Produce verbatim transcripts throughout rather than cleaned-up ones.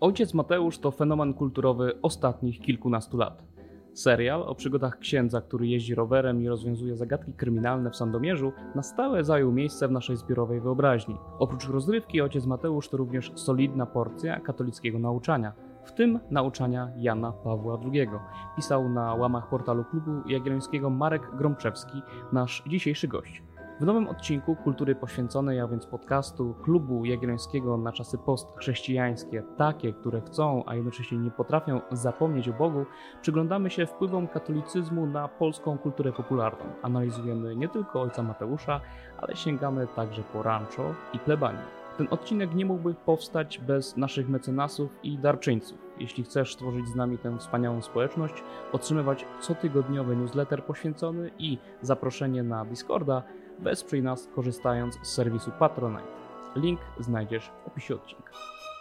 Ojciec Mateusz to fenomen kulturowy ostatnich kilkunastu lat. Serial o przygodach księdza, który jeździ rowerem i rozwiązuje zagadki kryminalne w Sandomierzu, na stałe zajął miejsce w naszej zbiorowej wyobraźni. Oprócz rozrywki, Ojciec Mateusz to również solidna porcja katolickiego nauczania, w tym nauczania Jana Pawła drugiego. Pisał na łamach portalu Klubu Jagiellońskiego Marek Gromczewski, nasz dzisiejszy gość. W nowym odcinku Kultury Poświęconej, a więc podcastu Klubu Jagiellońskiego na czasy postchrześcijańskie, takie, które chcą, a jednocześnie nie potrafią zapomnieć o Bogu, przyglądamy się wpływom katolicyzmu na polską kulturę popularną. Analizujemy nie tylko Ojca Mateusza, ale sięgamy także po Rancho i plebanię. Ten odcinek nie mógłby powstać bez naszych mecenasów i darczyńców. Jeśli chcesz stworzyć z nami tę wspaniałą społeczność, otrzymywać cotygodniowy newsletter poświęcony i zaproszenie na Discorda, wesprzyj nas korzystając z serwisu Patronite. Link znajdziesz w opisie odcinka.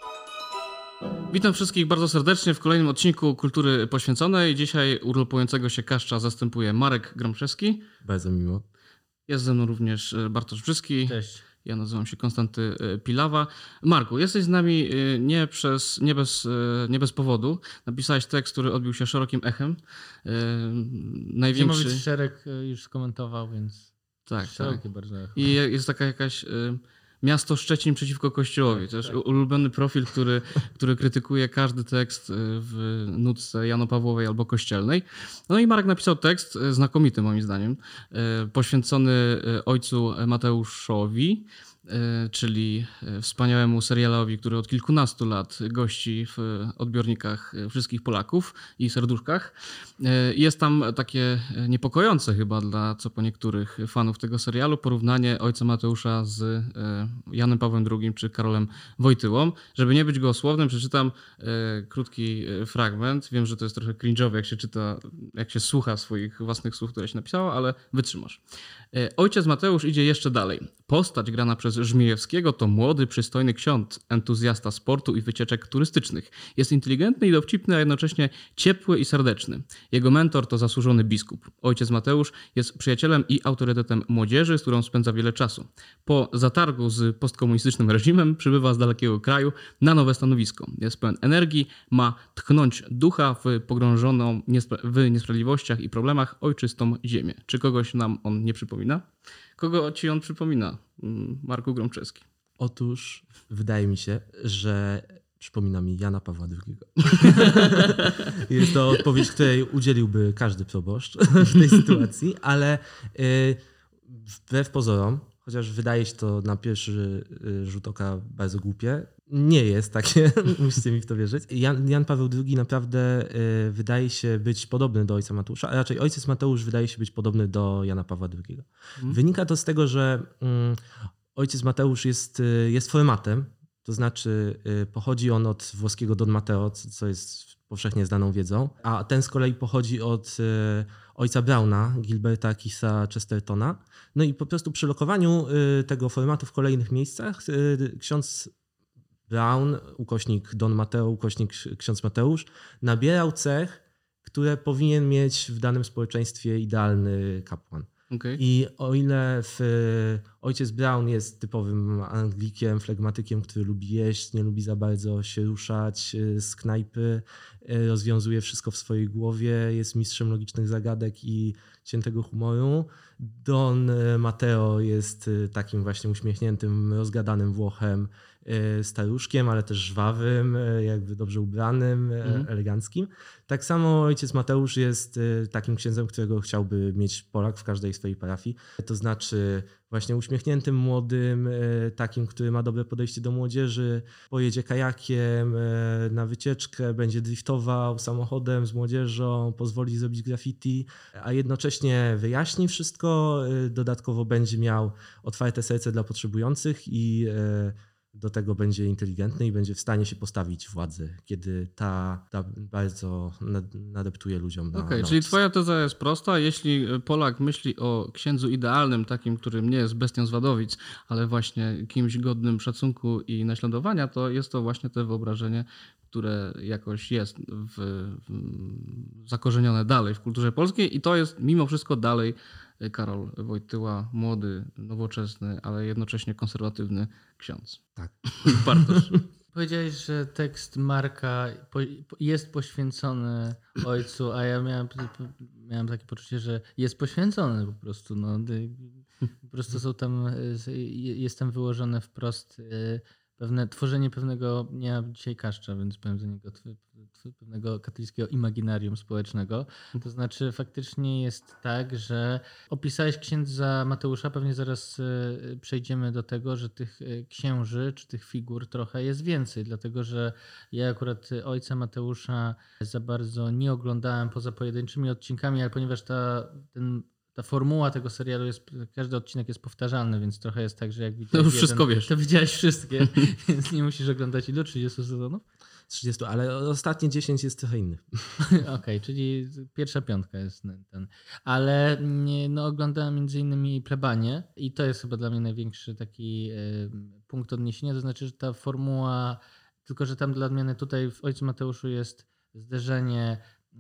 Witam wszystkich bardzo serdecznie w kolejnym odcinku Kultury Poświęconej. Dzisiaj urlopującego się Kaszcza zastępuje Marek Gromczewski. Bardzo miło. Jest ze mną również Bartosz Brzyski. Cześć. Ja nazywam się Konstanty Pilawa. Marku, jesteś z nami nie, przez, nie, bez, nie bez powodu. Napisałeś tekst, który odbił się szerokim echem. Największy... Zimowiec Szereg już skomentował, więc tak, szerokie tak. bardzo echo. I jest taka jakaś... Miasto Szczecin przeciwko Kościołowi. Tak, to jest tak. ulubiony profil, który, który krytykuje każdy tekst w nutce Janopawłowej albo kościelnej. No i Marek napisał tekst znakomity moim zdaniem, poświęcony ojcu Mateuszowi, czyli wspaniałemu serialowi, który od kilkunastu lat gości w odbiornikach wszystkich Polaków i serduszkach. Jest tam takie niepokojące chyba dla co po niektórych fanów tego serialu porównanie ojca Mateusza z Janem Pawłem drugim czy Karolem Wojtyłą. Żeby nie być gołosłownym, przeczytam krótki fragment. Wiem, że to jest trochę cringe'owe, jak się czyta, jak się słucha swoich własnych słów, które się napisało, ale wytrzymasz. Ojciec Mateusz idzie jeszcze dalej. Postać grana przez Żmijewskiego to młody, przystojny ksiądz, entuzjasta sportu i wycieczek turystycznych. Jest inteligentny i dowcipny, a jednocześnie ciepły i serdeczny. Jego mentor to zasłużony biskup. Ojciec Mateusz jest przyjacielem i autorytetem młodzieży, z którą spędza wiele czasu. Po zatargu z postkomunistycznym reżimem przybywa z dalekiego kraju na nowe stanowisko. Jest pełen energii, ma tchnąć ducha w pogrążoną w niesprawiedliwościach i problemach ojczystą ziemię. Czy kogoś nam on nie przypomina? Kogo ci on przypomina, Marku Gromczewski? Otóż wydaje mi się, że przypomina mi Jana Pawła drugiego. Jest to odpowiedź, której udzieliłby każdy proboszcz w tej sytuacji, ale yy, wbrew pozorom, chociaż wydaje się to na pierwszy rzut oka bardzo głupie, nie jest takie, musicie mi w to wierzyć. Jan, Jan Paweł drugi naprawdę y, wydaje się być podobny do ojca Mateusza, a raczej ojciec Mateusz wydaje się być podobny do Jana Pawła drugiego. Hmm. Wynika to z tego, że y, ojciec Mateusz jest, y, jest formatem, to znaczy y, pochodzi on od włoskiego Don Matteo, co jest powszechnie znaną wiedzą, a ten z kolei pochodzi od y, ojca Browna, Gilberta Kisa Chestertona. No i po prostu przy lokowaniu y, tego formatu w kolejnych miejscach y, ksiądz Brown, ukośnik Don Matteo, ukośnik ksiądz Mateusz, nabierał cech, które powinien mieć w danym społeczeństwie idealny kapłan. Okay. I o ile w, ojciec Brown jest typowym Anglikiem, flegmatykiem, który lubi jeść, nie lubi za bardzo się ruszać z knajpy, rozwiązuje wszystko w swojej głowie, jest mistrzem logicznych zagadek i ciętego humoru. Don Matteo jest takim właśnie uśmiechniętym, rozgadanym Włochem, staruszkiem, ale też żwawym, jakby dobrze ubranym, mhm. eleganckim. Tak samo ojciec Mateusz jest takim księdzem, którego chciałby mieć Polak w każdej swojej parafii. To znaczy właśnie uśmiechniętym, młodym, takim, który ma dobre podejście do młodzieży, pojedzie kajakiem na wycieczkę, będzie driftował samochodem z młodzieżą, pozwoli zrobić graffiti, a jednocześnie wyjaśni wszystko, dodatkowo będzie miał otwarte serce dla potrzebujących i do tego będzie inteligentny i będzie w stanie się postawić władzy, kiedy ta, ta bardzo nadeptuje ludziom na Okej, okay, czyli twoja teza jest prosta. Jeśli Polak myśli o księdzu idealnym, takim, którym nie jest bestią z Wadowic, ale właśnie kimś godnym szacunku i naśladowania, to jest to właśnie to wyobrażenie, które jakoś jest w, w, zakorzenione dalej w kulturze polskiej i to jest mimo wszystko dalej Karol Wojtyła, młody, nowoczesny, ale jednocześnie konserwatywny ksiądz. Tak. Bartosz. Powiedziałeś, że tekst Marka jest poświęcony ojcu, a ja miałem, miałem takie poczucie, że jest poświęcony po prostu. No. Po prostu są tam, jest tam wyłożone wprost pewne, tworzenie pewnego, nie mam dzisiaj kaszcza, więc powiem do niego, pewnego katolickiego imaginarium społecznego. To znaczy faktycznie jest tak, że opisałeś księdza Mateusza, pewnie zaraz przejdziemy do tego, że tych księży czy tych figur trochę jest więcej, dlatego że ja akurat ojca Mateusza za bardzo nie oglądałem poza pojedynczymi odcinkami, ale ponieważ ta, ten Ta formuła tego serialu jest, każdy odcinek jest powtarzalny, więc trochę jest tak, że jak widziałeś no już jeden, wszystko wiesz. To widziałeś wszystkie, więc nie musisz oglądać ilu? trzydziestu sezonów? trzydziestu, ale ostatnie dziesięć jest trochę inny. Okej, okay, czyli pierwsza piątka jest ten. Ale no, oglądałem między innymi Plebanie i to jest chyba dla mnie największy taki y, punkt odniesienia, to znaczy, że ta formuła, tylko że tam dla odmiany tutaj w Ojcu Mateuszu jest zderzenie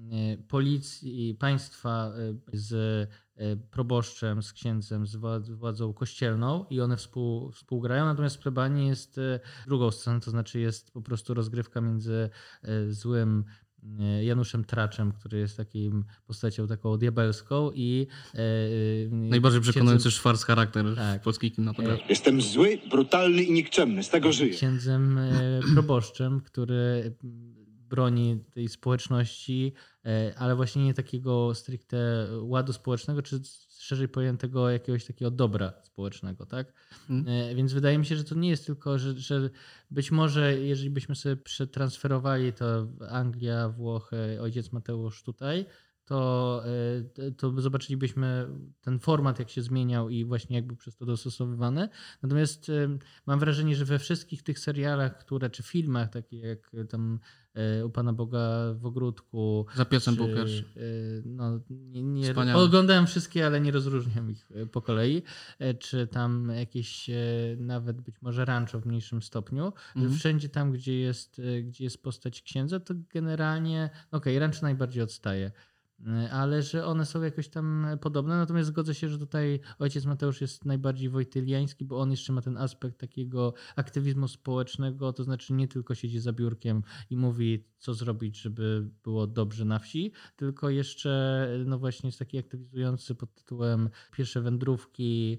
policji, państwa z proboszczem, z księdzem, z władzą kościelną i one współ, współgrają, natomiast w Plebanii jest drugą sceną, to znaczy jest po prostu rozgrywka między złym Januszem Traczem, który jest takim postacią taką diabelską i najbardziej przekonujący księdzem... szwarc charakter tak. w polskiej kinematografii. Jestem zły, brutalny i nikczemny, z tego żyję. Księdzem proboszczem, który broni tej społeczności, ale właśnie nie takiego stricte ładu społecznego, czy szerzej pojętego jakiegoś takiego dobra społecznego, tak? Hmm. Więc wydaje mi się, że to nie jest tylko, że, że być może jeżeli byśmy sobie przetransferowali to Anglia, Włochy, ojciec Mateusz tutaj, to, to zobaczylibyśmy ten format, jak się zmieniał i właśnie jak był przez to dostosowywany. Natomiast mam wrażenie, że we wszystkich tych serialach, które, czy filmach, takie jak tam U Pana Boga w ogródku. Za piecem był pierwszy. No, nie, nie, oglądałem wszystkie, ale nie rozróżniam ich po kolei. Czy tam jakieś nawet być może Rancho w mniejszym stopniu. Mhm. Wszędzie tam, gdzie jest, gdzie jest postać księdza, to generalnie, okej, okay, Rancho najbardziej odstaje. Ale że one są jakoś tam podobne. Natomiast zgodzę się, że tutaj ojciec Mateusz jest najbardziej wojtyliański, bo on jeszcze ma ten aspekt takiego aktywizmu społecznego, to znaczy nie tylko siedzi za biurkiem i mówi, co zrobić, żeby było dobrze na wsi, tylko jeszcze no właśnie jest taki aktywizujący pod tytułem pierwsze wędrówki,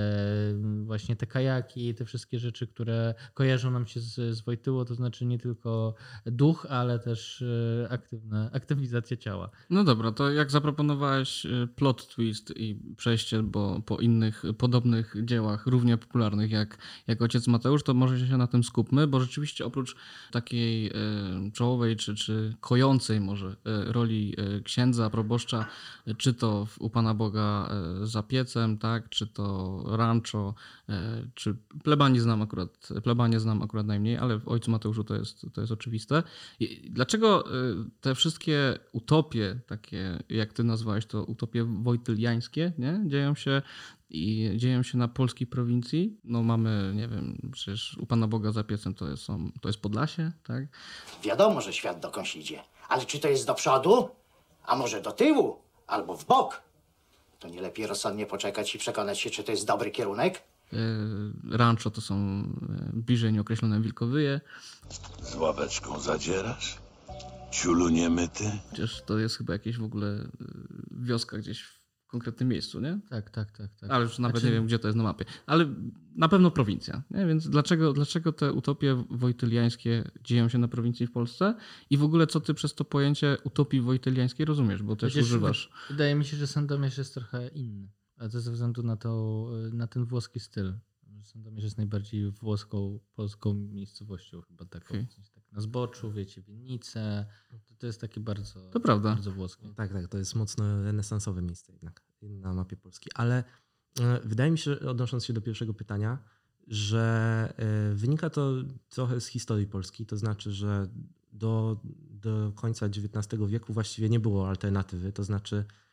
właśnie te kajaki, te wszystkie rzeczy, które kojarzą nam się z, z Wojtyłą, to znaczy nie tylko duch, ale też aktywna, aktywizacja ciała. No dobra, to jak zaproponowałeś plot twist i przejście bo, po innych podobnych dziełach, równie popularnych jak, jak Ojciec Mateusz, to może się na tym skupmy, bo rzeczywiście oprócz takiej e, czołowej czy, czy kojącej może e, roli e, księdza, proboszcza, e, czy to w U Pana Boga e, za piecem, tak, czy to Rancho, e, czy plebanie znam akurat, plebanie znam akurat najmniej, ale w Ojcu Mateuszu to jest, to jest oczywiste. I dlaczego e, te wszystkie utopie, takie jak ty nazwałeś to utopie wojtyliańskie, nie? Dzieją się i dzieją się na polskiej prowincji. No mamy, nie wiem, przecież U Pana Boga za piecem to jest, są, to jest Podlasie, tak? Wiadomo, że świat dokądś idzie, ale czy to jest do przodu? A może do tyłu? Albo w bok? To nie lepiej rozsądnie poczekać i przekonać się, czy to jest dobry kierunek? Rancho to są bliżej nieokreślone wilkowyje. Z ławeczką zadzierasz? Ciulu niemyty? Chociaż to jest chyba jakieś w ogóle wioska gdzieś w konkretnym miejscu, nie? Tak, tak, tak. tak. Ale już nawet znaczy... nie wiem, gdzie to jest na mapie. Ale na pewno prowincja, nie? Więc dlaczego, dlaczego te utopie wojtyliańskie dzieją się na prowincji w Polsce? I w ogóle co ty przez to pojęcie utopii wojtyliańskiej rozumiesz? Bo też Przecież używasz. Wydaje mi się, że Sandomierz jest trochę inny. Ale to ze względu na, to, na ten włoski styl. Sandomierz jest najbardziej włoską, polską miejscowością chyba taką. Okay. Tak na zboczu, wiecie, winnice. To, to jest takie bardzo, to prawda. bardzo włoskie. Tak, tak, to jest mocno renesansowe miejsce jednak na mapie Polski. Ale e, wydaje mi się, odnosząc się do pierwszego pytania, że e, wynika to trochę z historii Polski. To znaczy, że do, do końca dziewiętnastego wieku właściwie nie było alternatywy. To znaczy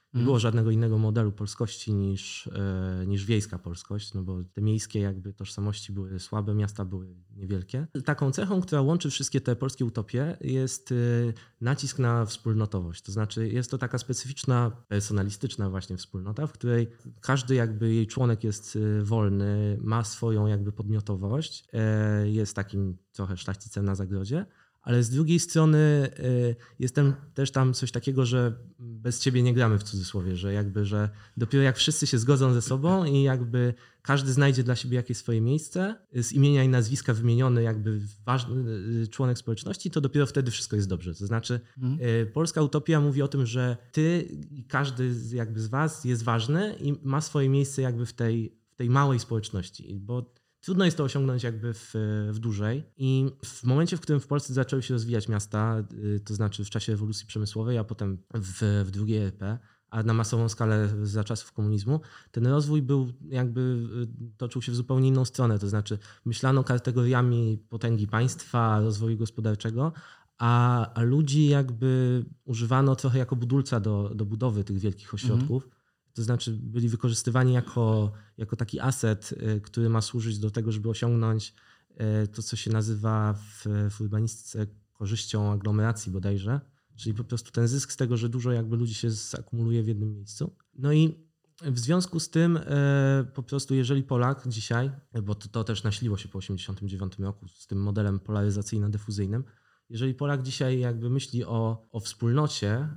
Nie było żadnego innego modelu polskości niż, niż wiejska polskość, no bo te miejskie jakby tożsamości były słabe, miasta były niewielkie. Taką cechą, która łączy wszystkie te polskie utopie, jest nacisk na wspólnotowość. To znaczy jest to taka specyficzna, personalistyczna właśnie wspólnota, w której każdy jakby jej członek jest wolny, ma swoją jakby podmiotowość, jest takim trochę szlachcicem na zagrodzie. Ale z drugiej strony jest tam, też tam coś takiego, że bez ciebie nie gramy w cudzysłowie, że jakby, że dopiero jak wszyscy się zgodzą ze sobą i jakby każdy znajdzie dla siebie jakieś swoje miejsce, z imienia i nazwiska wymieniony jakby ważny członek społeczności, to dopiero wtedy wszystko jest dobrze. To znaczy mhm. polska utopia mówi o tym, że ty i każdy jakby z was jest ważny i ma swoje miejsce jakby w tej, w tej małej społeczności, bo trudno jest to osiągnąć jakby w, w dużej i w momencie, w którym w Polsce zaczęły się rozwijać miasta, to znaczy w czasie rewolucji przemysłowej, a potem w, w drugiej R P, a na masową skalę za czasów komunizmu, ten rozwój był jakby, toczył się w zupełnie inną stronę, to znaczy myślano kategoriami potęgi państwa, rozwoju gospodarczego, a, a ludzi jakby używano trochę jako budulca do, do budowy tych wielkich ośrodków. Mhm. To znaczy byli wykorzystywani jako, jako taki aset, który ma służyć do tego, żeby osiągnąć to, co się nazywa w, w urbanistyce korzyścią aglomeracji bodajże. Czyli po prostu ten zysk z tego, że dużo jakby ludzi się zakumuluje w jednym miejscu. No i w związku z tym po prostu jeżeli Polak dzisiaj, bo to, to też nasiliło się po osiemdziesiątym dziewiątym roku z tym modelem polaryzacyjno-dyfuzyjnym, jeżeli Polak dzisiaj jakby myśli o, o wspólnocie,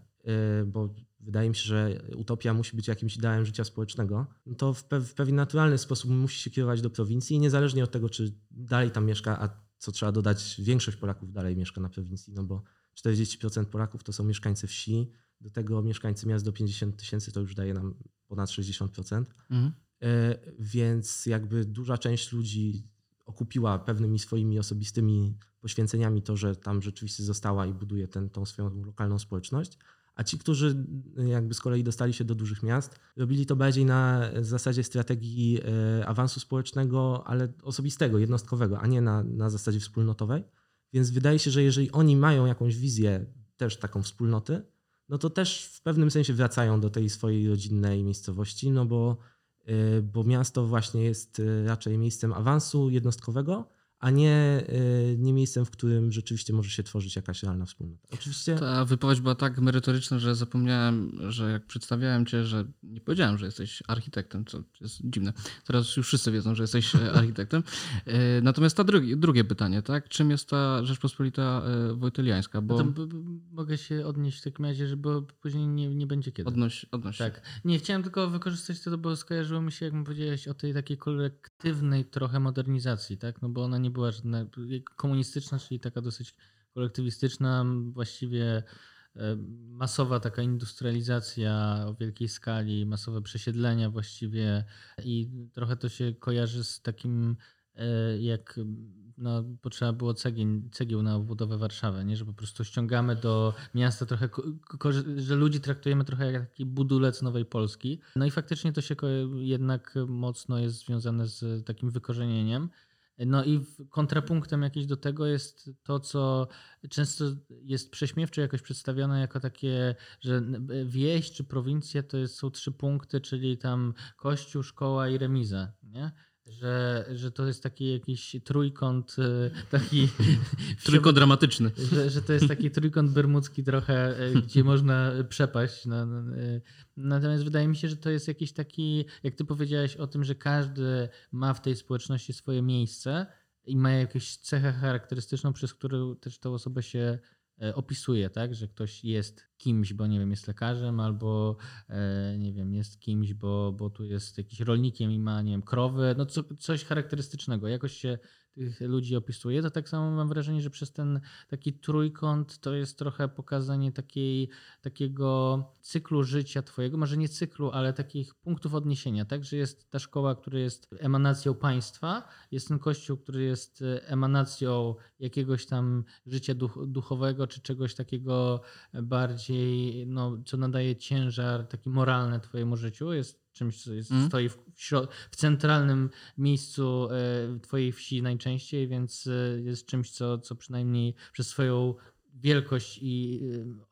bo wydaje mi się, że utopia musi być jakimś ideałem życia społecznego, no to w, pe- w pewien naturalny sposób musi się kierować do prowincji, niezależnie od tego, czy dalej tam mieszka, a co trzeba dodać, większość Polaków dalej mieszka na prowincji, no bo czterdzieści procent Polaków to są mieszkańcy wsi, do tego mieszkańcy miast do pięćdziesiąt tysięcy to już daje nam ponad sześćdziesiąt procent. Mhm. E, więc jakby duża część ludzi okupiła pewnymi swoimi osobistymi poświęceniami to, że tam rzeczywiście została i buduje ten, tą swoją lokalną społeczność. A ci, którzy jakby z kolei dostali się do dużych miast, robili to bardziej na zasadzie strategii awansu społecznego, ale osobistego, jednostkowego, a nie na, na zasadzie wspólnotowej. Więc wydaje się, że jeżeli oni mają jakąś wizję też taką wspólnoty, no to też w pewnym sensie wracają do tej swojej rodzinnej miejscowości, no bo, bo miasto właśnie jest raczej miejscem awansu jednostkowego, a nie, nie miejscem, w którym rzeczywiście może się tworzyć jakaś realna wspólnota. Oczywiście... Ta wypowiedź była tak merytoryczna, że zapomniałem, że jak przedstawiałem cię, że nie powiedziałem, że jesteś architektem, co jest dziwne. Teraz już wszyscy wiedzą, że jesteś architektem. Natomiast ta drugi, drugie pytanie, tak? Czym jest ta Rzeczpospolita wojtyliańska? Bo... No to b- b- mogę się odnieść w takim razie, że bo później nie, nie będzie kiedy. Odnoś, odnoś. Tak. Nie, chciałem tylko wykorzystać to, bo skojarzyło mi się, jak powiedziałeś, o tej takiej kolektywnej trochę modernizacji, tak? No bo ona nie była żadna komunistyczna, czyli taka dosyć kolektywistyczna, właściwie masowa taka industrializacja o wielkiej skali, masowe przesiedlenia właściwie i trochę to się kojarzy z takim, jak no, potrzeba było cegieł, cegieł na budowę Warszawy, nie? Że po prostu ściągamy do miasta trochę, że ludzi traktujemy trochę jak taki budulec Nowej Polski. No i faktycznie to się jednak mocno jest związane z takim wykorzenieniem. No i kontrapunktem jakieś do tego jest to, co często jest prześmiewczo jakoś przedstawione jako takie, że wieś czy prowincja to jest, są trzy punkty, czyli tam kościół, szkoła i remiza, nie? Że, że to jest taki jakiś trójkąt taki... Trójkąt dramatyczny. Że, że to jest taki trójkąt bermudzki trochę, gdzie można przepaść. No, no, natomiast wydaje mi się, że to jest jakiś taki, jak ty powiedziałeś o tym, że każdy ma w tej społeczności swoje miejsce i ma jakąś cechę charakterystyczną, przez którą też tą osobę się opisuje, tak, że ktoś jest kimś, bo nie wiem, jest lekarzem, albo e, nie wiem, jest kimś, bo, bo tu jest jakiś rolnikiem i ma, nie wiem, krowy, no co, coś charakterystycznego, jakoś się tych ludzi opisuje, to tak samo mam wrażenie, że przez ten taki trójkąt to jest trochę pokazanie takiej, takiego cyklu życia twojego, może nie cyklu, ale takich punktów odniesienia, tak, że jest ta szkoła, która jest emanacją państwa, jest ten kościół, który jest emanacją jakiegoś tam życia duch, duchowego, czy czegoś takiego bardziej, no, co nadaje ciężar taki moralny twojemu życiu, jest czymś, co jest, mm. stoi w, w, w centralnym miejscu e, twojej wsi najczęściej, więc e, jest czymś, co, co przynajmniej przez swoją wielkość i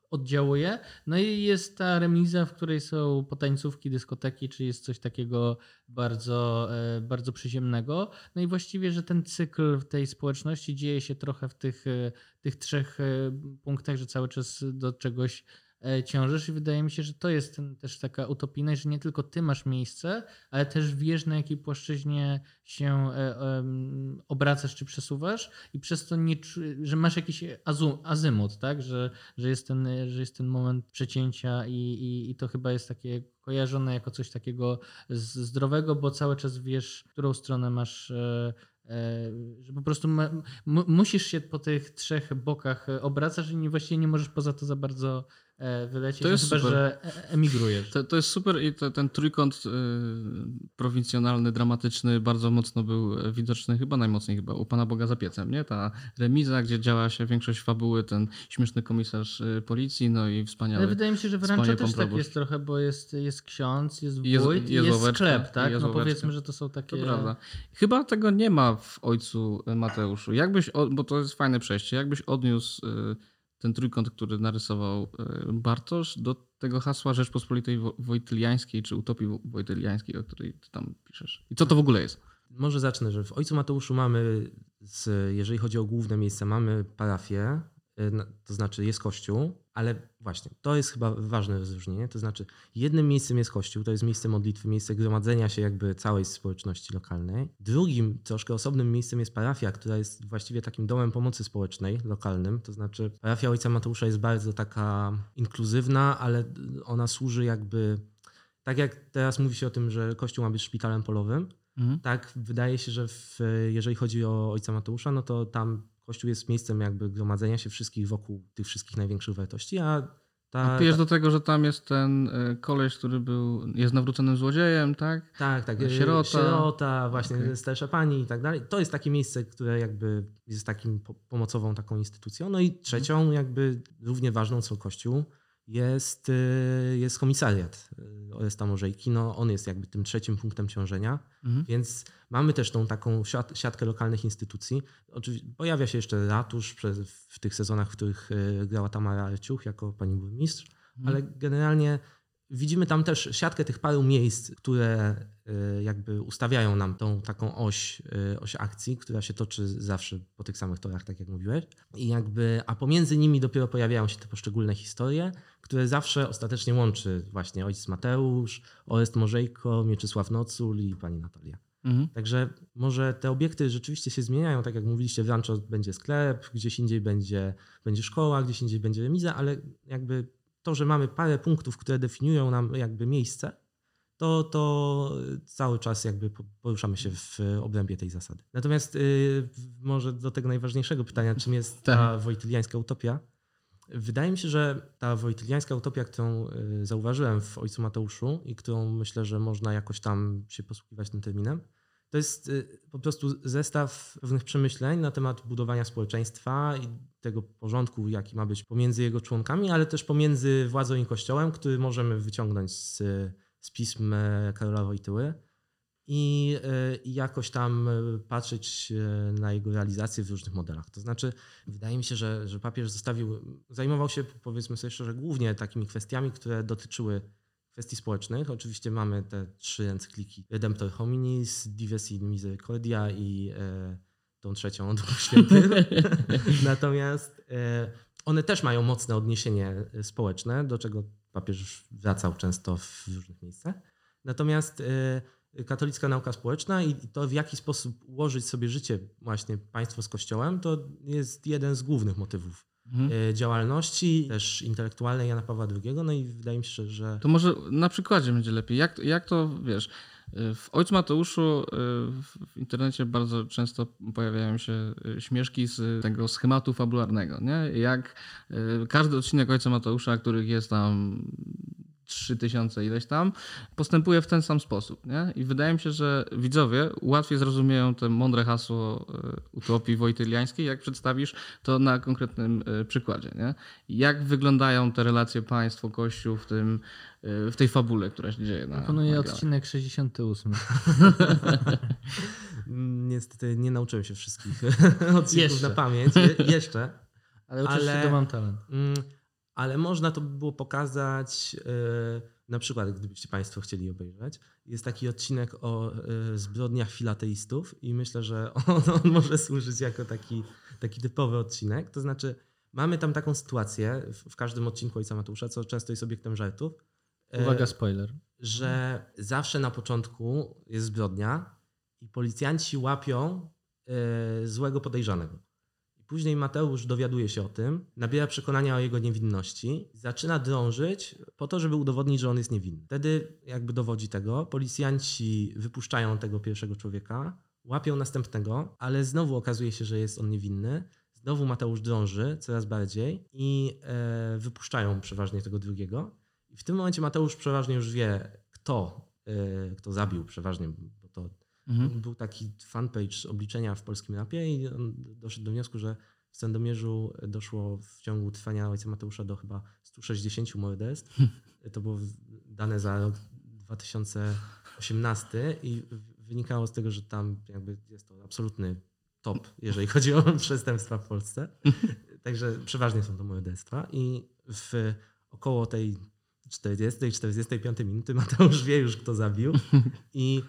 oddziałuje. No i jest ta remiza, w której są potańcówki, dyskoteki, czy jest coś takiego bardzo, bardzo przyziemnego. No i właściwie, że ten cykl w tej społeczności dzieje się trochę w tych, tych trzech punktach, że cały czas do czegoś ciążysz i wydaje mi się, że to jest ten, też taka utopijność, że nie tylko ty masz miejsce, ale też wiesz, na jakiej płaszczyźnie się e, e, obracasz czy przesuwasz i przez to nie, że masz jakiś azu, azymut, tak? Że, że, jest ten, że jest ten moment przecięcia i, i, i to chyba jest takie kojarzone jako coś takiego zdrowego, bo cały czas wiesz, w którą stronę masz e, że po prostu ma, m- musisz się po tych trzech bokach obracać i nie, właściwie nie możesz poza to za bardzo wylecieć, to jest chyba, super. że emigrujesz. To, to jest super i to, ten trójkąt y, prowincjonalny, dramatyczny bardzo mocno był widoczny, chyba najmocniej chyba u Pana Boga za piecem, nie? Ta remiza, gdzie działa się większość fabuły, ten śmieszny komisarz policji, no i wspaniały. Ale wydaje mi się, że w Rancho też tak jest trochę, bo jest, jest ksiądz, jest wójt, jest, jest, jest sklep, tak? Jest no powiedzmy, że to są takie... To prawda. Chyba tego nie ma w Ojcu Mateuszu. Jakbyś, bo to jest fajne przejście, jakbyś odniósł ten trójkąt, który narysował Bartosz, do tego hasła Rzeczpospolitej Wojtyliańskiej, czy Utopii Wojtyliańskiej, o której ty tam piszesz. I co to w ogóle jest? Może zacznę, że w Ojcu Mateuszu mamy, z, jeżeli chodzi o główne miejsca, mamy parafię, to znaczy jest kościół, ale właśnie to jest chyba ważne rozróżnienie, to znaczy jednym miejscem jest kościół, to jest miejsce modlitwy, miejsce gromadzenia się jakby całej społeczności lokalnej. Drugim, troszkę osobnym miejscem jest parafia, która jest właściwie takim domem pomocy społecznej lokalnym, to znaczy parafia Ojca Mateusza jest bardzo taka inkluzywna, ale ona służy jakby, tak jak teraz mówi się o tym, że kościół ma być szpitalem polowym, mhm. tak wydaje się, że w, jeżeli chodzi o Ojca Mateusza, no to tam Kościół jest miejscem jakby gromadzenia się wszystkich wokół tych wszystkich największych wartości, a ta... A pijesz ta... do tego, że tam jest ten koleś, który był, jest nawróconym złodziejem, tak? Tak, tak. Sierota. Sierota, właśnie okay. Starsza pani i tak dalej. To jest takie miejsce, które jakby jest takim pomocową taką instytucją. No i trzecią jakby równie ważną co Kościół jest, jest komisariat Oresta Morzejki. No on jest jakby tym trzecim punktem ciążenia, mhm. więc mamy też tą taką siat, siatkę lokalnych instytucji. Oczywiście pojawia się jeszcze ratusz w tych sezonach, w których grała Tamara Arciuch jako pani burmistrz, mhm. ale generalnie widzimy tam też siatkę tych paru miejsc, które jakby ustawiają nam tą taką oś, oś akcji, która się toczy zawsze po tych samych torach, tak jak mówiłeś. I jakby, a pomiędzy nimi dopiero pojawiają się te poszczególne historie, które zawsze ostatecznie łączy właśnie ojciec Mateusz, Orest Morzejko, Mieczysław Nocul i pani Natalia. Mhm. Także może te obiekty rzeczywiście się zmieniają, tak jak mówiliście, w Rancho będzie sklep, gdzieś indziej będzie, będzie szkoła, gdzieś indziej będzie remiza, ale jakby to, że mamy parę punktów, które definiują nam jakby miejsce, to, to cały czas jakby poruszamy się w obrębie tej zasady. Natomiast yy, może do tego najważniejszego pytania, czym jest ta wojtyliańska utopia? Wydaje mi się, że ta wojtyliańska utopia, którą yy, zauważyłem w Ojcu Mateuszu i którą myślę, że można jakoś tam się posługiwać tym terminem, to jest yy, po prostu zestaw pewnych przemyśleń na temat budowania społeczeństwa i tego porządku, jaki ma być pomiędzy jego członkami, ale też pomiędzy władzą i Kościołem, który możemy wyciągnąć z, z pism Karola Wojtyły i, i jakoś tam patrzeć na jego realizację w różnych modelach. To znaczy, wydaje mi się, że, że papież zostawił, zajmował się, powiedzmy sobie szczerze, głównie takimi kwestiami, które dotyczyły kwestii społecznych. Oczywiście mamy te trzy encykliki Redemptor Hominis, Dives in Misericordia i e, tą trzecią o Duchu Świętym. Natomiast e, one też mają mocne odniesienie społeczne, do czego papież wracał często w różnych miejscach. Natomiast e, katolicka nauka społeczna i to, w jaki sposób ułożyć sobie życie, właśnie państwo z Kościołem, to jest jeden z głównych motywów mhm. działalności, też intelektualnej Jana Pawła drugiego. No i wydaje mi się, że... To może na przykładzie będzie lepiej. Jak, jak to, wiesz... W Ojcu Mateuszu w internecie bardzo często pojawiają się śmieszki z tego schematu fabularnego. Nie? Jak każdy odcinek Ojca Mateusza, których jest tam trzy tysiące ileś tam, postępuje w ten sam sposób. Nie? I wydaje mi się, że widzowie łatwiej zrozumieją to mądre hasło utopii wojtyliańskiej, jak przedstawisz to na konkretnym przykładzie. Nie? Jak wyglądają te relacje państwo-kościół w tym w tej fabule, która się dzieje. Proponuję odcinek sześćdziesiąty ósmy. Niestety nie nauczyłem się wszystkich odcinków na pamięć. Je, jeszcze. Ale oczywiście to mam talent. ale można to by było pokazać, na przykład gdybyście Państwo chcieli obejrzeć, jest taki odcinek o zbrodniach filateistów i myślę, że on, on może służyć jako taki, taki typowy odcinek. To znaczy mamy tam taką sytuację w każdym odcinku Ojca Mateusza, co często jest obiektem żartów. Uwaga, spoiler. Że zawsze na początku jest zbrodnia i policjanci łapią złego podejrzanego. Później Mateusz dowiaduje się o tym, nabiera przekonania o jego niewinności, zaczyna drążyć po to, żeby udowodnić, że on jest niewinny. Wtedy jakby dowodzi tego, policjanci wypuszczają tego pierwszego człowieka, łapią następnego, ale znowu okazuje się, że jest on niewinny. Znowu Mateusz drąży coraz bardziej i e, wypuszczają przeważnie tego drugiego. I w tym momencie Mateusz przeważnie już wie, kto, e, kto zabił przeważnie, bo to Mhm. był taki fanpage obliczenia w polskim rapie i on doszedł do wniosku, że w Sandomierzu doszło w ciągu trwania Ojca Mateusza do chyba sto sześćdziesiąt morderstw. Hmm. To było dane za rok dwa tysiące osiemnasty i wynikało z tego, że tam jakby jest to absolutny top, jeżeli chodzi o przestępstwa w Polsce. Także przeważnie są to morderstwa i w około tej czterdziestej czterdziestej piątej minuty Mateusz wie już, kto zabił i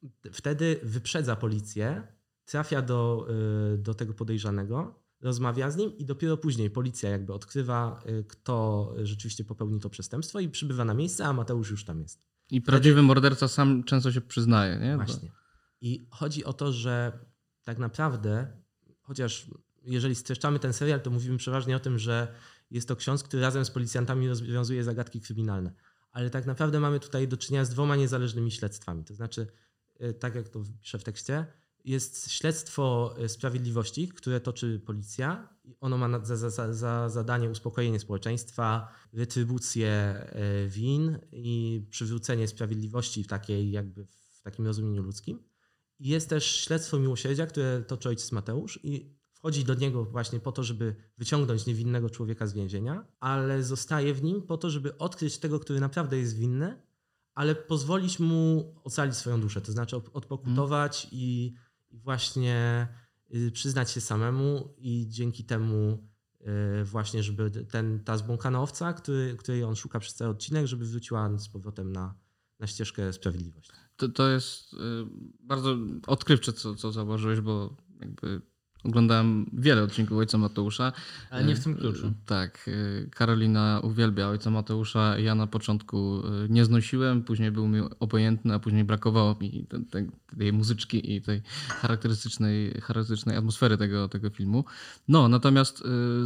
wtedy wyprzedza policję, trafia do, do tego podejrzanego, rozmawia z nim i dopiero później policja jakby odkrywa, kto rzeczywiście popełnił to przestępstwo i przybywa na miejsce, a Mateusz już tam jest. I prawdziwy wtedy... morderca sam często się przyznaje, nie? Właśnie. I chodzi o to, że tak naprawdę, chociaż jeżeli streszczamy ten serial, to mówimy przeważnie o tym, że jest to ksiądz, który razem z policjantami rozwiązuje zagadki kryminalne. Ale tak naprawdę mamy tutaj do czynienia z dwoma niezależnymi śledztwami. To znaczy, tak jak to piszę w tekście, jest śledztwo sprawiedliwości, które toczy policja. Ono ma za, za, za zadanie uspokojenie społeczeństwa, retrybucję win i przywrócenie sprawiedliwości w takiej jakby w takim rozumieniu ludzkim. I jest też śledztwo miłosierdzia, które toczy ojciec Mateusz i wchodzi do niego właśnie po to, żeby wyciągnąć niewinnego człowieka z więzienia, ale zostaje w nim po to, żeby odkryć tego, który naprawdę jest winny, ale pozwolić mu ocalić swoją duszę, to znaczy odpokutować hmm. i, i właśnie przyznać się samemu i dzięki temu właśnie, żeby ten, ta zbłąkana owca, który, której on szuka przez cały odcinek, żeby wróciła z powrotem na, na ścieżkę sprawiedliwości. To, to jest bardzo odkrywcze, co, co zauważyłeś, bo jakby oglądałem wiele odcinków Ojca Mateusza. Ale nie w tym kluczu. Tak. Karolina uwielbia Ojca Mateusza. Ja na początku nie znosiłem, później był mi obojętny, a później brakowało mi tej, tej, tej muzyczki i tej charakterystycznej, charakterystycznej atmosfery tego, tego filmu. No, natomiast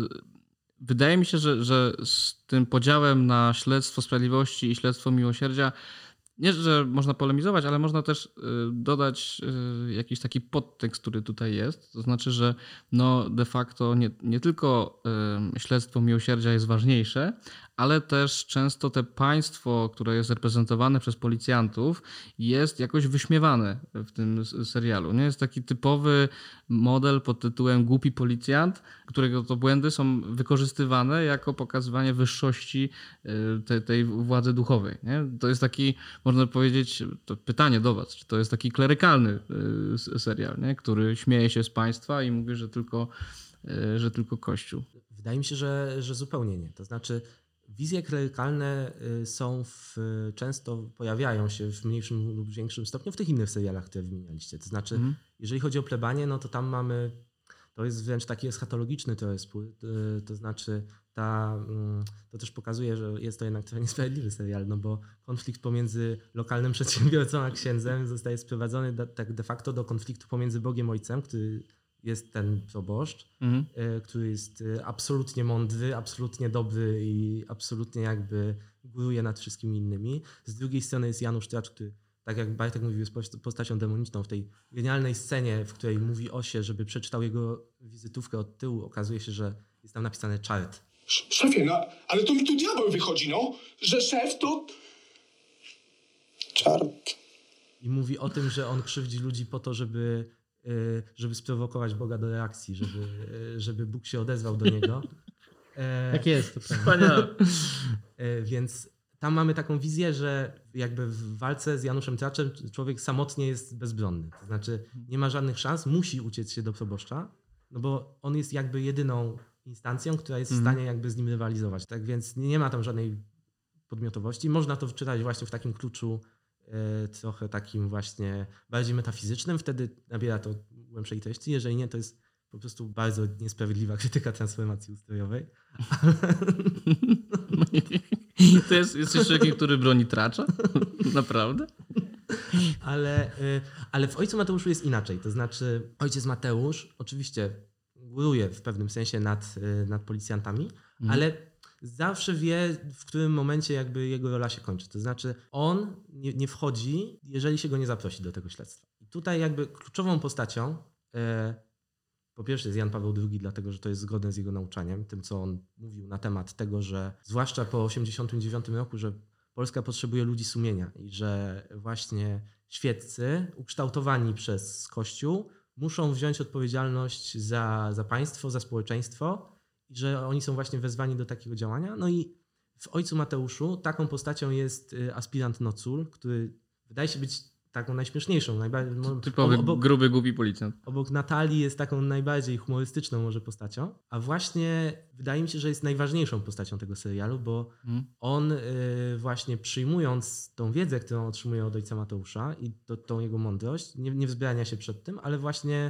wydaje mi się, że, że z tym podziałem na śledztwo sprawiedliwości i śledztwo miłosierdzia nie, że można polemizować, ale można też dodać jakiś taki podtekst, który tutaj jest. To znaczy, że no de facto nie, nie tylko śledztwo miłosierdzia jest ważniejsze, ale też często te państwo, które jest reprezentowane przez policjantów, jest jakoś wyśmiewane w tym serialu. Nie jest taki typowy model pod tytułem głupi policjant, którego to błędy są wykorzystywane jako pokazywanie wyższości tej, tej władzy duchowej. Nie? To jest taki, można powiedzieć, to pytanie do was, czy to jest taki klerykalny serial, nie? Który śmieje się z państwa i mówi, że tylko, że tylko Kościół. Wydaje mi się, że, że zupełnie nie. To znaczy wizje klerykalne są w, często pojawiają się w mniejszym lub większym stopniu w tych innych serialach, które wymienialiście. To znaczy, mhm. jeżeli chodzi o plebanię, no to tam mamy, to jest wręcz taki eschatologiczny to jest, to znaczy ta, to też pokazuje, że jest to jednak trochę niesprawiedliwy serial, no bo konflikt pomiędzy lokalnym przedsiębiorcą a księdzem zostaje sprowadzony do, tak de facto do konfliktu pomiędzy Bogiem Ojcem, który jest ten proboszcz, mhm. który jest absolutnie mądry, absolutnie dobry i absolutnie jakby góruje nad wszystkimi innymi. Z drugiej strony jest Janusz Tracz, który, tak jak Bartek mówił, jest postacią demoniczną w tej genialnej scenie, w której mówi Osie, żeby przeczytał jego wizytówkę od tyłu. Okazuje się, że jest tam napisane czart. Szefie, no, ale to mi tu diabeł wychodzi, no, że szef to... czart. I mówi o tym, że on krzywdzi ludzi po to, żeby... żeby sprowokować Boga do reakcji, żeby, żeby Bóg się odezwał do niego. Tak jest. To wspaniale. Więc tam mamy taką wizję, że jakby w walce z Januszem Traczem człowiek samotnie jest bezbronny. To znaczy nie ma żadnych szans, musi uciec się do proboszcza, no bo on jest jakby jedyną instancją, która jest w stanie jakby z nim rywalizować. Tak więc nie ma tam żadnej podmiotowości. Można to czytać właśnie w takim kluczu e, trochę takim właśnie bardziej metafizycznym. Wtedy nabiera to głębszej treści. Jeżeli nie, to jest po prostu bardzo niesprawiedliwa krytyka transformacji ustrojowej. To jest, jest jeszcze jakiś, który broni tracza? Naprawdę? Ale, ale w Ojcu Mateuszu jest inaczej. To znaczy ojciec Mateusz oczywiście góruje w pewnym sensie nad, nad policjantami, mm. ale zawsze wie, w którym momencie jakby jego rola się kończy. To znaczy on nie, nie wchodzi, jeżeli się go nie zaprosi do tego śledztwa. I tutaj jakby kluczową postacią e, po pierwsze jest Jan Paweł drugi, dlatego że to jest zgodne z jego nauczaniem, tym co on mówił na temat tego, że zwłaszcza po osiemdziesiątym dziewiątym roku, że Polska potrzebuje ludzi sumienia i że właśnie świeccy ukształtowani przez Kościół muszą wziąć odpowiedzialność za, za państwo, za społeczeństwo i że oni są właśnie wezwani do takiego działania. No i w Ojcu Mateuszu taką postacią jest aspirant Nocul, który wydaje się być taką najśmieszniejszą. Najbardziej, typowy obok, gruby, głupi policjant. Obok Natalii jest taką najbardziej humorystyczną może postacią, a właśnie wydaje mi się, że jest najważniejszą postacią tego serialu, bo hmm. on y, właśnie przyjmując tą wiedzę, którą otrzymuje od Ojca Mateusza i to, tą jego mądrość, nie, nie wzbrania się przed tym, ale właśnie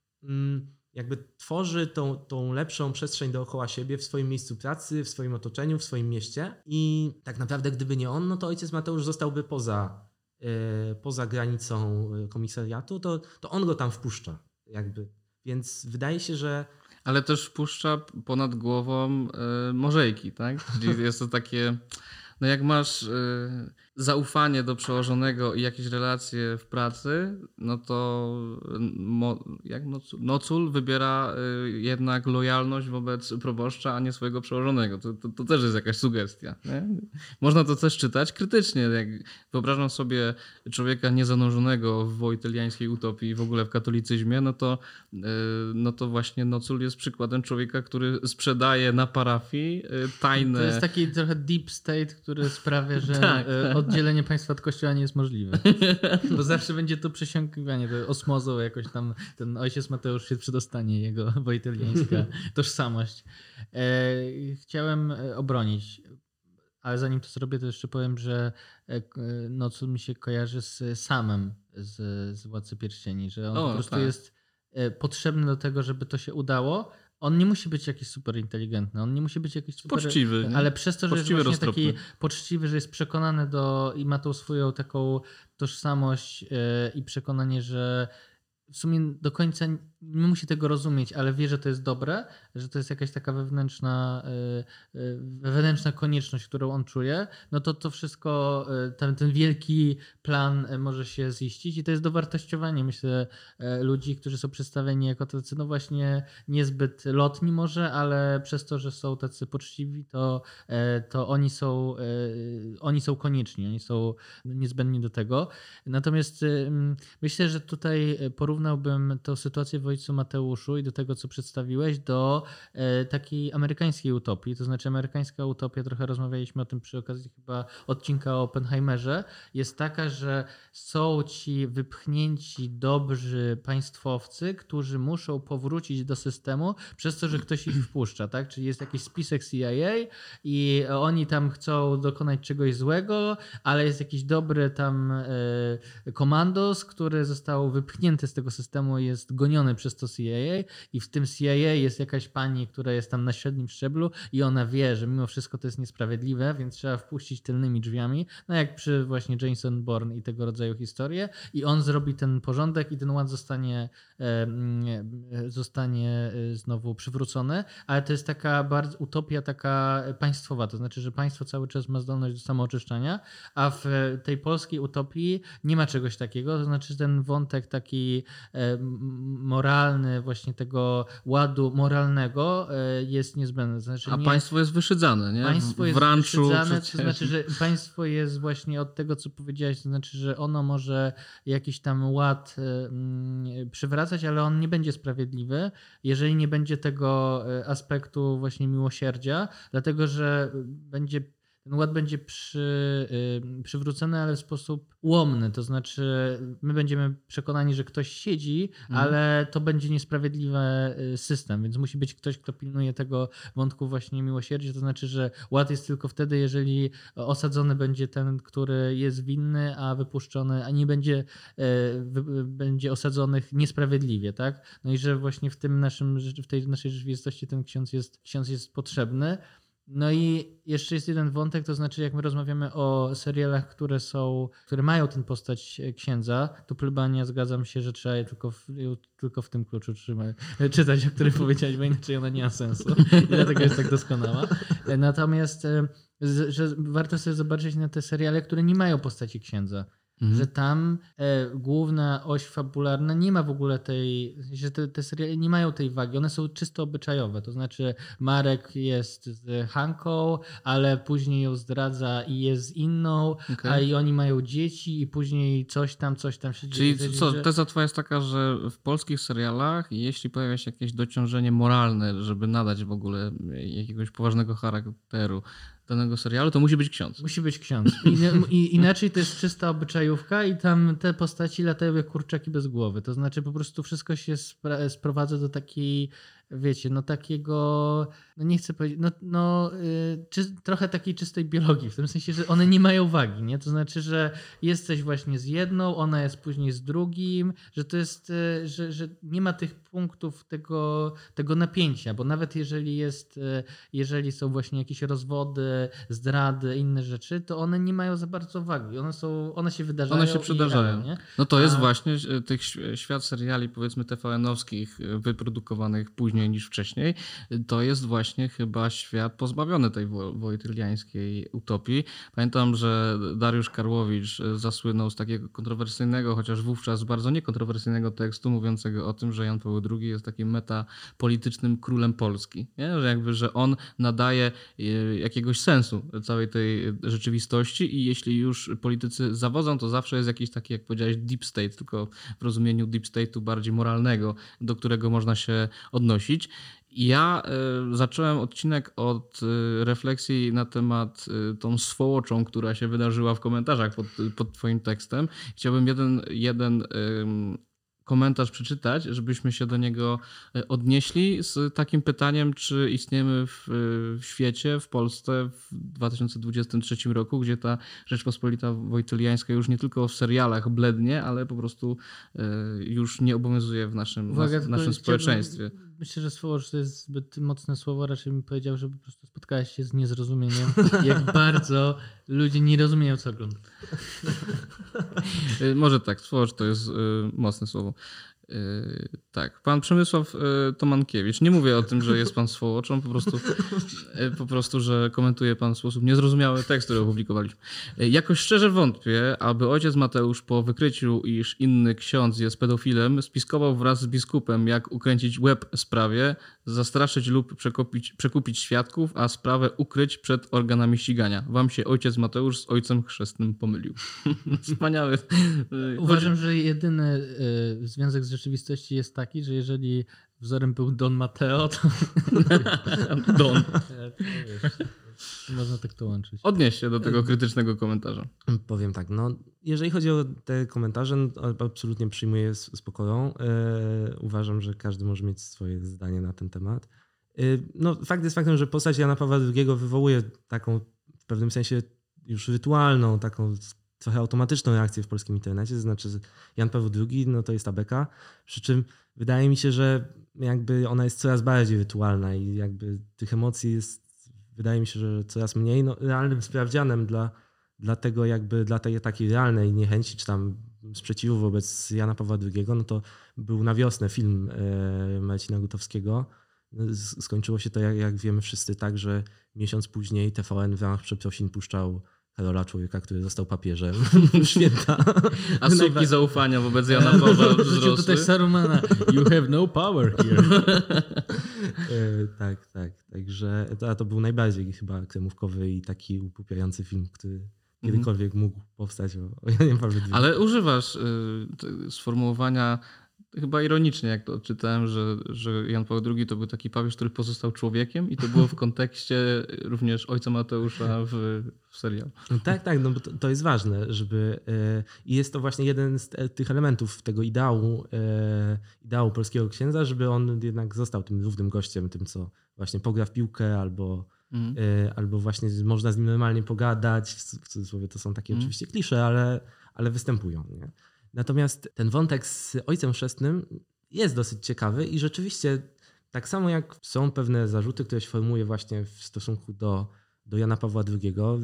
mm, jakby tworzy tą, tą lepszą przestrzeń dookoła siebie w swoim miejscu pracy, w swoim otoczeniu, w swoim mieście i tak naprawdę gdyby nie on, no to Ojciec Mateusz zostałby poza poza granicą komisariatu, to, to on go tam wpuszcza. Jakby. Więc wydaje się, że... Ale też wpuszcza ponad głową y, Morzejki, tak? Czyli jest to takie... No jak masz y, zaufanie do przełożonego i jakieś relacje w pracy, no to mo, jak Nocul, Nocul wybiera y, jednak lojalność wobec proboszcza, a nie swojego przełożonego. To, to, to też jest jakaś sugestia. Nie? Można to też czytać krytycznie. Jak wyobrażam sobie człowieka niezanurzonego w wojtyliańskiej utopii, w ogóle w katolicyzmie, no to, y, no to właśnie Nocul jest przykładem człowieka, który sprzedaje na parafii y, tajne... To jest taki trochę deep state, który sprawia, że tak, tak. oddzielenie państwa od kościoła nie jest możliwe. Bo zawsze będzie to przesiąkływanie, to osmozą jakoś tam ten ojciec Mateusz się przedostanie, jego wojtyliańska tożsamość. E, chciałem obronić, ale zanim to zrobię, to jeszcze powiem, że Nocul mi się kojarzy z Samem z, z Władcy Pierścieni, że on o, po prostu tak. jest potrzebny do tego, żeby to się udało. On nie musi być jakiś super inteligentny, on nie musi być jakiś super... Poczciwy. Ale nie? przez to, że Poczciwy, jest właśnie roztropny. taki poczciwy, że jest przekonany do i ma tą swoją taką tożsamość yy, i przekonanie, że w sumie do końca nie musi tego rozumieć, ale wie, że to jest dobre, że to jest jakaś taka wewnętrzna, yy, yy, wewnętrzna konieczność, którą on czuje, no to to wszystko, yy, ten, ten wielki plan yy, może się ziścić i to jest dowartościowanie, myślę, yy, ludzi, którzy są przedstawieni jako tacy, no właśnie niezbyt lotni może, ale przez to, że są tacy poczciwi, to, yy, to oni są, yy, oni są konieczni, oni są niezbędni do tego. Natomiast yy, myślę, że tutaj porównałbym tę sytuację w Ojcu Mateuszu i do tego, co przedstawiłeś, do e, takiej amerykańskiej utopii. To znaczy amerykańska utopia, trochę rozmawialiśmy o tym przy okazji chyba odcinka o Oppenheimerze, jest taka, że są ci wypchnięci, dobrzy państwowcy, którzy muszą powrócić do systemu przez to, że ktoś ich wpuszcza. Tak? Czyli jest jakiś spisek C I A i oni tam chcą dokonać czegoś złego, ale jest jakiś dobry tam e, komandos, który został wypchnięty z tego systemu i jest goniony przez to C I A i w tym C I A jest jakaś pani, która jest tam na średnim szczeblu i ona wie, że mimo wszystko to jest niesprawiedliwe, więc trzeba wpuścić tylnymi drzwiami, no jak przy właśnie Jason Bourne i tego rodzaju historie i on zrobi ten porządek i ten ład zostanie, e, zostanie znowu przywrócony, ale to jest taka bardzo utopia taka państwowa, to znaczy, że państwo cały czas ma zdolność do samooczyszczania, a w tej polskiej utopii nie ma czegoś takiego, to znaczy ten wątek taki e, moralny, właśnie tego ładu moralnego jest niezbędne. Znaczy A nie, państwo jest wyszydzane, nie? Państwo w jest ranczu wyszydzane, przecież. to znaczy, że państwo jest właśnie od tego, co powiedziałeś, to znaczy, że ono może jakiś tam ład mm, przywracać, ale on nie będzie sprawiedliwy, jeżeli nie będzie tego aspektu właśnie miłosierdzia, dlatego, że będzie ten ład będzie przy, yy, przywrócony, ale w sposób ułomny. To znaczy my będziemy przekonani, że ktoś siedzi, mhm. ale to będzie niesprawiedliwy system, więc musi być ktoś, kto pilnuje tego wątku właśnie miłosierdzia. To znaczy, że ład jest tylko wtedy, jeżeli osadzony będzie ten, który jest winny, a wypuszczony, a nie będzie, yy, będzie osadzonych niesprawiedliwie, tak? No i że właśnie w tym naszym, w tej naszej rzeczywistości ten ksiądz jest, ksiądz jest potrzebny. No i jeszcze jest jeden wątek, to znaczy jak my rozmawiamy o serialach, które są, które mają tę postać księdza, to plebania zgadzam się, że trzeba je tylko w, tylko w tym kluczu trzymać, czytać, o którym powiedziałeś, bo inaczej ona nie ma sensu. I dlatego jest tak doskonała. Natomiast że warto sobie zobaczyć na te seriale, które nie mają postaci księdza. Mhm. Że tam e, główna oś fabularna nie ma w ogóle tej, że te, te seriale nie mają tej wagi, one są czysto obyczajowe, to znaczy Marek jest z Hanką, ale później ją zdradza i jest z inną, okay. a i oni mają dzieci i później coś tam, coś tam się dzieje. Czyli co, teza twoja jest taka, że w polskich serialach jeśli pojawia się jakieś dociążenie moralne, żeby nadać w ogóle jakiegoś poważnego charakteru danego serialu, to musi być ksiądz. Musi być ksiądz. I, i, inaczej to jest czysta obyczajówka i tam te postaci latają jak kurczaki bez głowy. To znaczy po prostu wszystko się spra- sprowadza do takiej, wiecie, no takiego, no nie chcę powiedzieć, no, no yy, czy, trochę takiej czystej biologii, w tym sensie, że one nie mają wagi, nie? To znaczy, że jesteś właśnie z jedną, ona jest później z drugim, że to jest, yy, że, że nie ma tych punktów tego, tego napięcia, bo nawet jeżeli jest, yy, jeżeli są właśnie jakieś rozwody, zdrady, inne rzeczy, to one nie mają za bardzo wagi. One są, one się wydarzają. One się przydarzają. Jadą, nie? No to jest A... właśnie tych świat seriali, powiedzmy T V N-owskich, wyprodukowanych później niż wcześniej, to jest właśnie chyba świat pozbawiony tej wojtyliańskiej utopii. Pamiętam, że Dariusz Karłowicz zasłynął z takiego kontrowersyjnego, chociaż wówczas bardzo niekontrowersyjnego tekstu mówiącego o tym, że Jan Paweł drugi jest takim metapolitycznym królem Polski. Nie? Że jakby, że on nadaje jakiegoś sensu całej tej rzeczywistości i jeśli już politycy zawodzą, to zawsze jest jakiś taki, jak powiedziałeś, deep state, tylko w rozumieniu deep state'u bardziej moralnego, do którego można się odnosić. Ja y, zacząłem odcinek od y, refleksji na temat y, tą swołoczą, która się wydarzyła w komentarzach pod, pod twoim tekstem. Chciałbym jeden, jeden y, komentarz przeczytać, żebyśmy się do niego odnieśli z takim pytaniem, czy istniejemy w, w świecie, w Polsce w dwa tysiące dwudziestym trzecim roku, gdzie ta Rzeczpospolita wojtyliańska już nie tylko w serialach blednie, ale po prostu już nie obowiązuje w naszym, Uwaga, w naszym społeczeństwie. Myślę, że słowo, że to jest zbyt mocne słowo, raczej bym powiedział, że po prostu spotkałeś się z niezrozumieniem, jak bardzo ludzie nie rozumieją, co oglądają. Może tak, słowo, że to jest y, mocne słowo. Yy, tak, pan Przemysław yy, Tomankiewicz. Nie mówię o tym, że jest pan swołoczą, po prostu, yy, po prostu, że komentuje pan w sposób niezrozumiały tekst, który opublikowaliśmy. Yy, jakoś szczerze wątpię, aby ojciec Mateusz po wykryciu, iż inny ksiądz jest pedofilem, spiskował wraz z biskupem, jak ukręcić łeb sprawie, zastraszyć lub przekupić, przekupić świadków, a sprawę ukryć przed organami ścigania. Wam się ojciec Mateusz z ojcem chrzestnym pomylił. Wspaniały. Uważam, że jedyny yy, związek z rzeczywistości jest taki, że jeżeli wzorem był Don Mateo, to Don. Można tak to łączyć. Odnieś się do tego krytycznego komentarza. Powiem tak, no jeżeli chodzi o te komentarze, no, absolutnie przyjmuję z, z pokorą. Yy, uważam, że każdy może mieć swoje zdanie na ten temat. Yy, no fakt jest faktem, że postać Jana Pawła drugiego wywołuje taką w pewnym sensie już rytualną, taką trochę automatyczną reakcję w polskim internecie, to znaczy Jan Paweł drugi, no to jest ta beka, przy czym wydaje mi się, że jakby ona jest coraz bardziej rytualna i jakby tych emocji jest, wydaje mi się, że coraz mniej, no realnym sprawdzianem dla, dla tego jakby, dla tej takiej realnej niechęci, czy tam sprzeciwu wobec Jana Pawła drugiego, no to był na wiosnę film e, Marcina Gutowskiego. Skończyło się to, jak, jak wiemy wszyscy, tak, że miesiąc później T V N w ramach przeprosin puszczał Karola, człowieka, który został papieżem. Święta. A słupki zaufania wobec Jana Pawła wzrosły. Tutaj Sarumana. You have no power here. tak, tak. Także to, to był najbardziej chyba kremówkowy i taki upupiający film, który kiedykolwiek mógł powstać o, o Janie Pawle drugiego. Ale używasz y, sformułowania Chyba ironicznie, jak to czytałem, że, że Jan Paweł drugi to był taki papież, który pozostał człowiekiem i to było w kontekście również ojca Mateusza w, w serialu. No tak, tak, no bo to, to jest ważne, żeby i jest to właśnie jeden z tych elementów tego ideału, ideału polskiego księdza, żeby on jednak został tym równym gościem, tym co właśnie pogra w piłkę albo, mm. albo właśnie można z nim normalnie pogadać, w cudzysłowie to są takie mm. oczywiście klisze, ale, ale występują, nie? Natomiast ten wątek z Ojcem Chrzestnym jest dosyć ciekawy i rzeczywiście tak samo jak są pewne zarzuty, które się formuje właśnie w stosunku do, do Jana Pawła drugiego,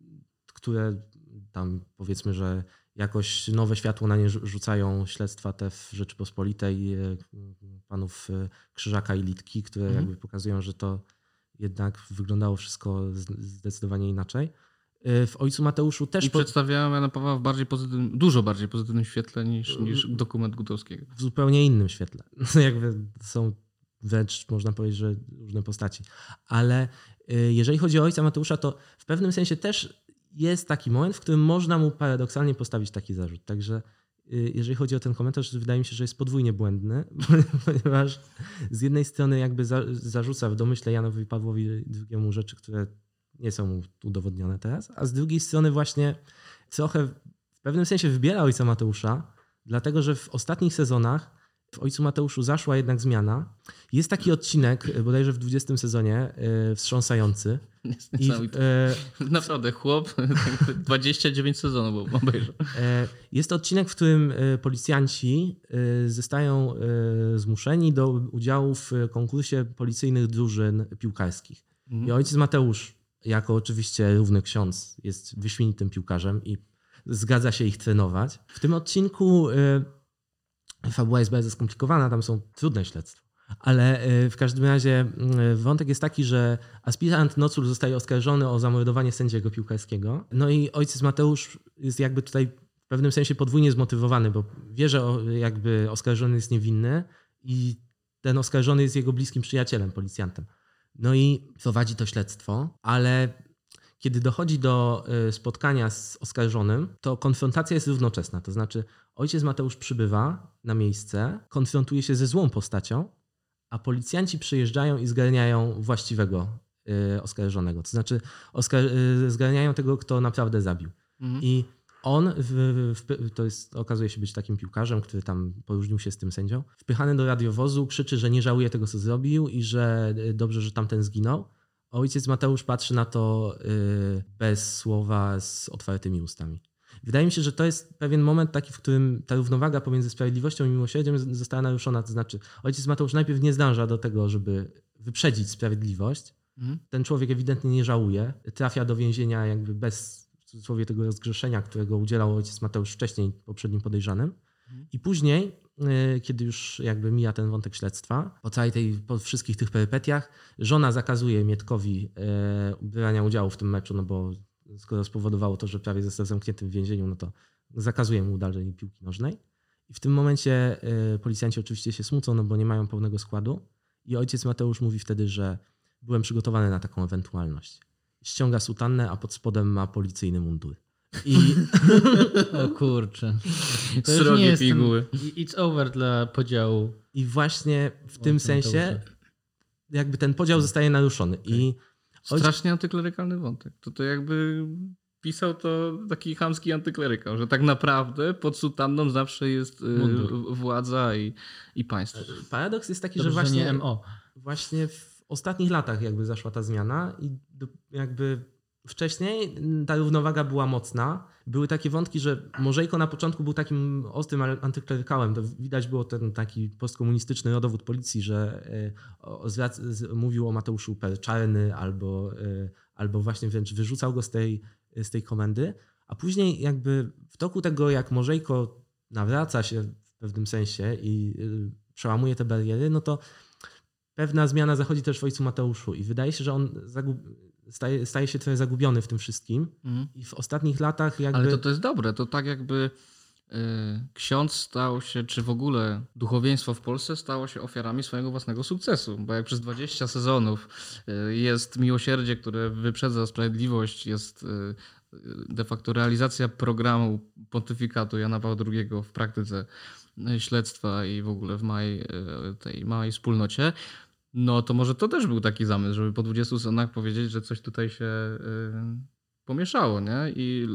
które tam powiedzmy, że jakoś nowe światło na nie rzucają śledztwa te w Rzeczypospolitej panów Krzyżaka i Litki, które mhm. jakby pokazują, że to jednak wyglądało wszystko zdecydowanie inaczej. W Ojcu Mateuszu też... I po... przedstawiałem Jana Pawła w bardziej pozytywnym, dużo bardziej pozytywnym świetle niż, niż dokument Gutowskiego. W zupełnie innym świetle. Jakby są wręcz, można powiedzieć, że różne postaci. Ale jeżeli chodzi o Ojca Mateusza, to w pewnym sensie też jest taki moment, w którym można mu paradoksalnie postawić taki zarzut. Także jeżeli chodzi o ten komentarz, wydaje mi się, że jest podwójnie błędny, ponieważ z jednej strony jakby za, zarzuca w domyśle Janowi Pawłowi drugiemu rzeczy, które nie są udowodnione teraz, a z drugiej strony właśnie trochę w pewnym sensie wybiera Ojca Mateusza, dlatego że w ostatnich sezonach w Ojcu Mateuszu zaszła jednak zmiana. Jest taki odcinek, bodajże w dwudziestym sezonie, yy, wstrząsający. I, yy, Naprawdę, chłop dwadzieścia dziewięć sezonów obejrzał. Yy, jest to odcinek, w którym policjanci yy, zostają yy, zmuszeni do udziału w konkursie policyjnych drużyn piłkarskich. Mhm. I Ojciec Mateusz, jako oczywiście równy ksiądz, jest wyśmienitym piłkarzem i zgadza się ich trenować. W tym odcinku y, fabuła jest bardzo skomplikowana, tam są trudne śledztwa. Ale y, w każdym razie y, wątek jest taki, że aspirant Nocul zostaje oskarżony o zamordowanie sędziego piłkarskiego. No i ojciec Mateusz jest jakby tutaj w pewnym sensie podwójnie zmotywowany, bo wie, że o, jakby oskarżony jest niewinny i ten oskarżony jest jego bliskim przyjacielem, policjantem. No i prowadzi to śledztwo, ale kiedy dochodzi do spotkania z oskarżonym, to konfrontacja jest równoczesna. To znaczy ojciec Mateusz przybywa na miejsce, konfrontuje się ze złą postacią, a policjanci przyjeżdżają i zgarniają właściwego oskarżonego. To znaczy oskar- zgarniają tego, kto naprawdę zabił. Mhm. I on, w, w, to jest, okazuje się być takim piłkarzem, który tam poróżnił się z tym sędzią, wpychany do radiowozu, krzyczy, że nie żałuje tego, co zrobił i że dobrze, że tamten zginął. Ojciec Mateusz patrzy na to yy, bez słowa, z otwartymi ustami. Wydaje mi się, że to jest pewien moment taki, w którym ta równowaga pomiędzy sprawiedliwością i miłosierdziem została naruszona. To znaczy ojciec Mateusz najpierw nie zdąża do tego, żeby wyprzedzić sprawiedliwość. Mhm. Ten człowiek ewidentnie nie żałuje. Trafia do więzienia jakby bez w cudzysłowie tego rozgrzeszenia, którego udzielał ojciec Mateusz wcześniej poprzednim podejrzanym. Mhm. I później, kiedy już jakby mija ten wątek śledztwa, po całej tej, po wszystkich tych perypetiach, żona zakazuje Mietkowi brania udziału w tym meczu, no bo skoro spowodowało to, że prawie został zamknięty w więzieniu, no to zakazuje mu dalej piłki nożnej. I w tym momencie policjanci oczywiście się smucą, no bo nie mają pełnego składu. I ojciec Mateusz mówi wtedy, że byłem przygotowany na taką ewentualność. Ściąga sutannę, a pod spodem ma policyjny mundur. I... O kurczę. To Srogie jest piguły. Ten, it's over dla podziału. I właśnie w tym sensie jakby ten podział zostaje naruszony. Okay. I strasznie antyklerykalny wątek. To to jakby pisał to taki chamski antyklerykał, że tak naprawdę pod sutanną zawsze jest mundur, władza i, i państwo. Paradoks jest taki, Dobrze, że właśnie, że nie M O. właśnie w ostatnich latach jakby zaszła ta zmiana i jakby wcześniej ta równowaga była mocna. Były takie wątki, że Morzejko na początku był takim ostrym antyklerykałem. To widać było ten taki postkomunistyczny rodowód policji, że mówił o Mateuszu per czarny albo, albo właśnie wręcz wyrzucał go z tej, z tej komendy. A później jakby w toku tego, jak Morzejko nawraca się w pewnym sensie i przełamuje te bariery, no to pewna zmiana zachodzi też w ojcu Mateuszu i wydaje się, że on zagub... staje, staje się trochę zagubiony w tym wszystkim mm. i w ostatnich latach jakby... Ale to, to jest dobre, to tak jakby y, ksiądz stał się, czy w ogóle duchowieństwo w Polsce stało się ofiarami swojego własnego sukcesu, bo jak przez dwadzieścia sezonów y, jest miłosierdzie, które wyprzedza sprawiedliwość, jest y, de facto realizacja programu pontyfikatu Jana Pawła drugiego w praktyce śledztwa i w ogóle w małej, tej małej wspólnocie, no to może to też był taki zamysł, żeby po dwudziestu sezonach powiedzieć, że coś tutaj się pomieszało, nie? I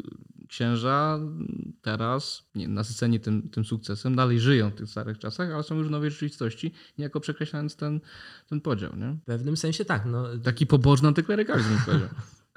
księża teraz, nie, nasyceni tym, tym sukcesem, dalej żyją w tych starych czasach, ale są już w nowej rzeczywistości, niejako przekreślając ten, ten podział, nie? W pewnym sensie tak. No. Taki pobożny antyklerykalizm powiedział.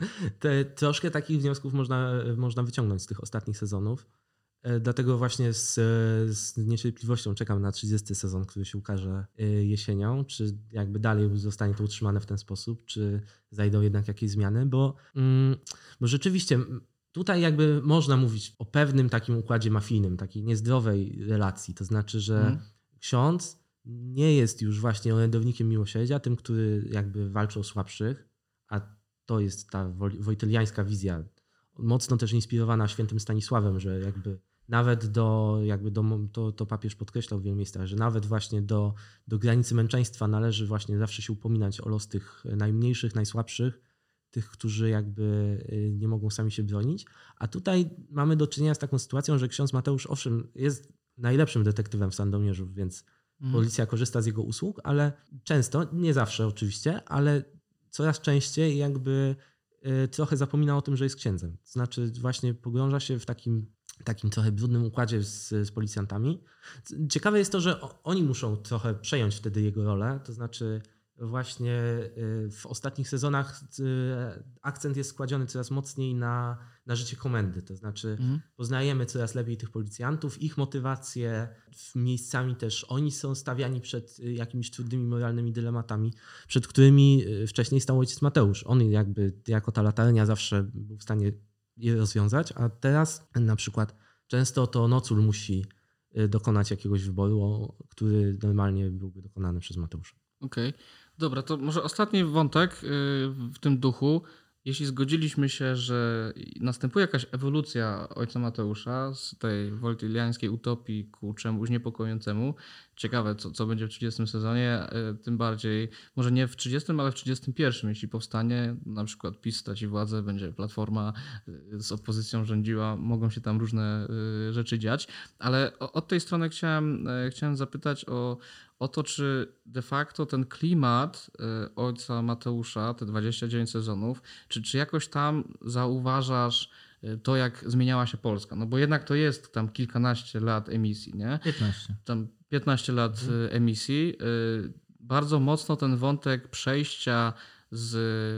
Te, troszkę takich wniosków można, można wyciągnąć z tych ostatnich sezonów. Dlatego właśnie z, z niecierpliwością czekam na trzydziesty sezon, który się ukaże jesienią. Czy jakby dalej zostanie to utrzymane w ten sposób, czy zajdą jednak jakieś zmiany, bo, mm, bo rzeczywiście tutaj jakby można mówić o pewnym takim układzie mafijnym, takiej niezdrowej relacji. To znaczy, że hmm. ksiądz nie jest już właśnie orędownikiem miłosierdzia, tym, który jakby walczy o słabszych, a to jest ta wojtyliańska wizja, mocno też inspirowana świętym Stanisławem, że jakby nawet do, jakby do, to, to papież podkreślał w wielu miejscach, że nawet właśnie do, do granicy męczeństwa należy właśnie zawsze się upominać o los tych najmniejszych, najsłabszych, tych, którzy jakby nie mogą sami się bronić. A tutaj mamy do czynienia z taką sytuacją, że ksiądz Mateusz owszem jest najlepszym detektywem w Sandomierzu, więc mm. policja korzysta z jego usług, ale często, nie zawsze oczywiście, ale coraz częściej jakby trochę zapomina o tym, że jest księdzem. To znaczy właśnie pogrąża się w takim, takim trochę brudnym układzie z, z policjantami. Ciekawe jest to, że oni muszą trochę przejąć wtedy jego rolę, to znaczy właśnie w ostatnich sezonach akcent jest kładziony coraz mocniej na, na życie komendy. To znaczy mhm. poznajemy coraz lepiej tych policjantów, ich motywacje, miejscami też oni są stawiani przed jakimiś trudnymi moralnymi dylematami, przed którymi wcześniej stał ojciec Mateusz. On jakby jako ta latarnia zawsze był w stanie je rozwiązać, a teraz na przykład często to Nocul musi dokonać jakiegoś wyboru, który normalnie byłby dokonany przez Mateusza. Okej. Okay. Dobra, to może ostatni wątek w tym duchu. Jeśli zgodziliśmy się, że następuje jakaś ewolucja ojca Mateusza z tej wojtyliańskiej utopii ku czemuś niepokojącemu, ciekawe co, co będzie w trzydziestym sezonie, tym bardziej, może nie w trzydziestym, ale w trzydziestym pierwszym, jeśli powstanie, na przykład PiS straci władzę, będzie Platforma z opozycją rządziła, mogą się tam różne rzeczy dziać, ale od tej strony chciałem, chciałem zapytać o, o to, czy de facto ten klimat ojca Mateusza, te dwadzieścia dziewięć sezonów, czy, czy jakoś tam zauważasz to, jak zmieniała się Polska? No bo jednak to jest tam kilkanaście lat emisji, nie? piętnaście. Tam piętnaście lat mhm. emisji. Bardzo mocno ten wątek przejścia z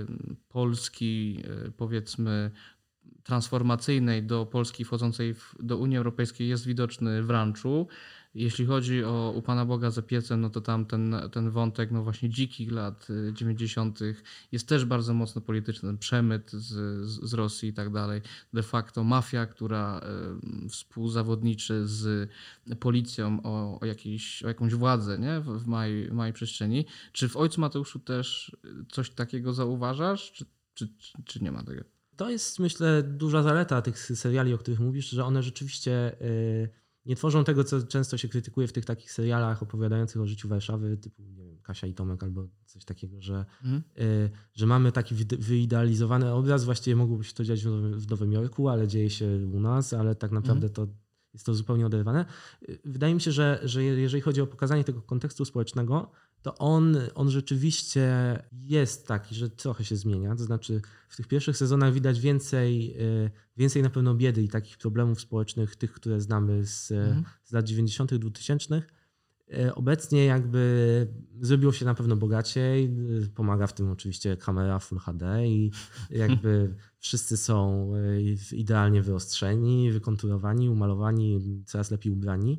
Polski, powiedzmy, transformacyjnej do Polski wchodzącej w, do Unii Europejskiej jest widoczny w Ranczu. Jeśli chodzi o U Pana Boga za piecem, no to tam ten, ten wątek no właśnie dzikich lat dziewięćdziesiątych jest też bardzo mocno polityczny. Ten przemyt z, z, z Rosji i tak dalej. De facto mafia, która y, współzawodniczy z policją o, o, jakiś, o jakąś władzę, nie? W, w, małej, w małej przestrzeni. Czy w Ojcu Mateuszu też coś takiego zauważasz? Czy, czy, czy, czy nie ma tego? To jest, myślę, duża zaleta tych seriali, o których mówisz, że one rzeczywiście yy, nie tworzą tego, co często się krytykuje w tych takich serialach opowiadających o życiu Warszawy, typu nie wiem, Kasia i Tomek albo coś takiego, że, mhm. yy, że mamy taki wyidealizowany obraz. Właściwie mogłoby się to dziać w Nowym, w Nowym Jorku, ale dzieje się u nas, ale tak naprawdę mhm. to jest to zupełnie oderwane. Wydaje mi się, że, że jeżeli chodzi o pokazanie tego kontekstu społecznego, to on, on rzeczywiście jest taki, że trochę się zmienia. To znaczy w tych pierwszych sezonach widać więcej, więcej na pewno biedy i takich problemów społecznych, tych, które znamy z, mhm. z lat dziewięćdziesiątych, dwutysięcznych. Obecnie jakby zrobiło się na pewno bogaciej. Pomaga w tym oczywiście kamera Full H D i jakby wszyscy są idealnie wyostrzeni, wykonturowani, umalowani, coraz lepiej ubrani.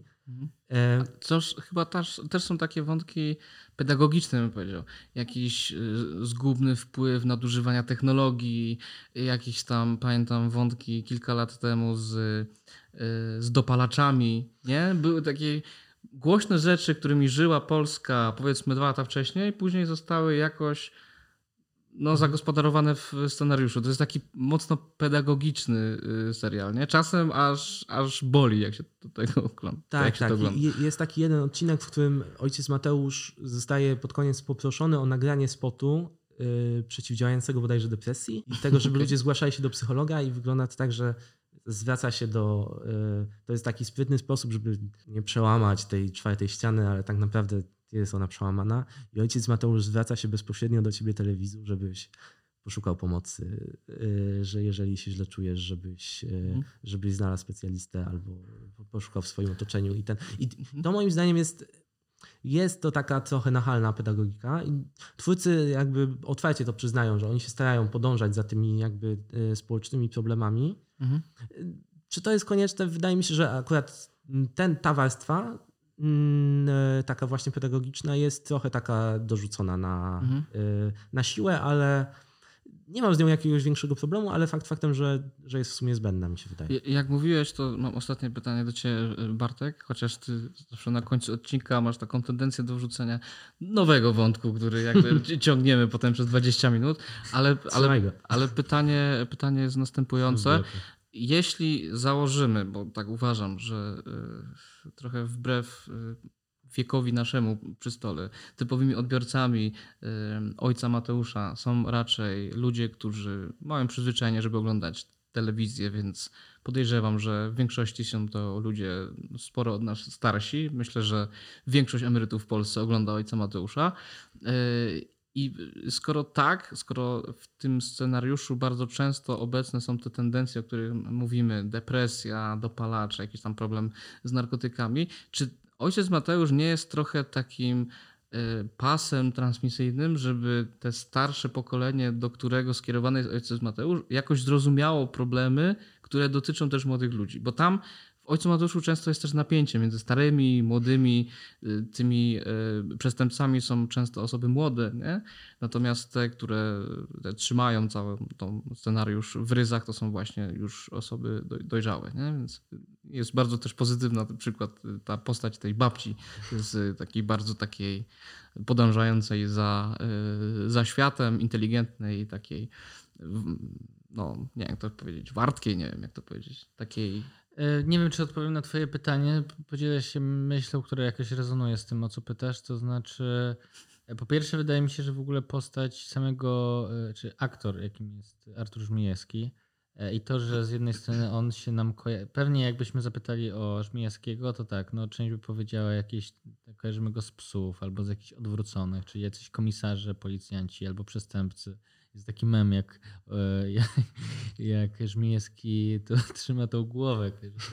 Coż chyba też, też są takie wątki pedagogiczne, bym powiedział. Jakiś zgubny wpływ nadużywania technologii, jakieś tam, pamiętam, wątki kilka lat temu z, z dopalaczami, nie? Były takie głośne rzeczy, którymi żyła Polska powiedzmy dwa lata wcześniej, później zostały jakoś no, zagospodarowane w scenariuszu. To jest taki mocno pedagogiczny serial, nie? Czasem aż, aż boli, jak się do tego ogląda. Tak, tak. Jest taki jeden odcinek, w którym ojciec Mateusz zostaje pod koniec poproszony o nagranie spotu yy, przeciwdziałającego bodajże depresji i tego, żeby okay. ludzie zgłaszali się do psychologa i wygląda to tak, że zwraca się do... To jest taki sprytny sposób, żeby nie przełamać tej czwartej ściany, ale tak naprawdę jest ona przełamana. I ojciec Mateusz zwraca się bezpośrednio do ciebie telewizor, żebyś poszukał pomocy, że jeżeli się źle czujesz, żebyś, mhm. żebyś znalazł specjalistę albo poszukał w swoim otoczeniu. I, ten, i to moim zdaniem jest... Jest to taka trochę nachalna pedagogika i twórcy jakby otwarcie to przyznają, że oni się starają podążać za tymi jakby społecznymi problemami. Mhm. Czy to jest konieczne? Wydaje mi się, że akurat ten, ta warstwa taka właśnie pedagogiczna jest trochę taka dorzucona na, mhm. na siłę, ale nie mam z nią jakiegoś większego problemu, ale fakt faktem, że, że jest w sumie zbędna, mi się wydaje. Jak mówiłeś, to mam ostatnie pytanie do ciebie, Bartek, chociaż ty zawsze na końcu odcinka masz taką tendencję do wrzucenia nowego wątku, który jakby ciągniemy potem przez dwadzieścia minut, ale, ale, ale pytanie, pytanie jest następujące. Jeśli założymy, bo tak uważam, że y, trochę wbrew y, wiekowi naszemu przy stole, typowymi odbiorcami y, ojca Mateusza są raczej ludzie, którzy mają przyzwyczajenie, żeby oglądać telewizję, więc podejrzewam, że w większości są to ludzie sporo od nas starsi. Myślę, że większość emerytów w Polsce ogląda ojca Mateusza. Y, I skoro tak, skoro w tym scenariuszu bardzo często obecne są te tendencje, o których mówimy, depresja, dopalacze, jakiś tam problem z narkotykami, czy ojciec Mateusz nie jest trochę takim pasem transmisyjnym, żeby te starsze pokolenie, do którego skierowany jest ojciec Mateusz, jakoś zrozumiało problemy, które dotyczą też młodych ludzi? Bo tam w ojcu Mateuszu często jest też napięcie między starymi, młodymi, tymi przestępcami są często osoby młode, nie? Natomiast te, które te trzymają cały ten scenariusz w ryzach, to są właśnie już osoby dojrzałe, nie? Więc jest bardzo też pozytywna na przykład ta postać tej babci z takiej bardzo takiej podążającej za, za światem, inteligentnej, takiej, no nie wiem jak to powiedzieć, wartkiej, nie wiem jak to powiedzieć, takiej... Nie wiem, czy odpowiem na twoje pytanie. Podzielę się myślą, która jakoś rezonuje z tym, o co pytasz. To znaczy, po pierwsze wydaje mi się, że w ogóle postać samego, czy aktor, jakim jest Artur Żmijewski i to, że z jednej strony on się nam kojarzy. Pewnie jakbyśmy zapytali o Żmijewskiego, to tak, no część by powiedziała jakieś, kojarzymy go z psów albo z jakichś odwróconych, czyli jacyś komisarze, policjanci albo przestępcy. Jest taki mem, jak, jak, jak Żmijewski to trzyma tą głowę,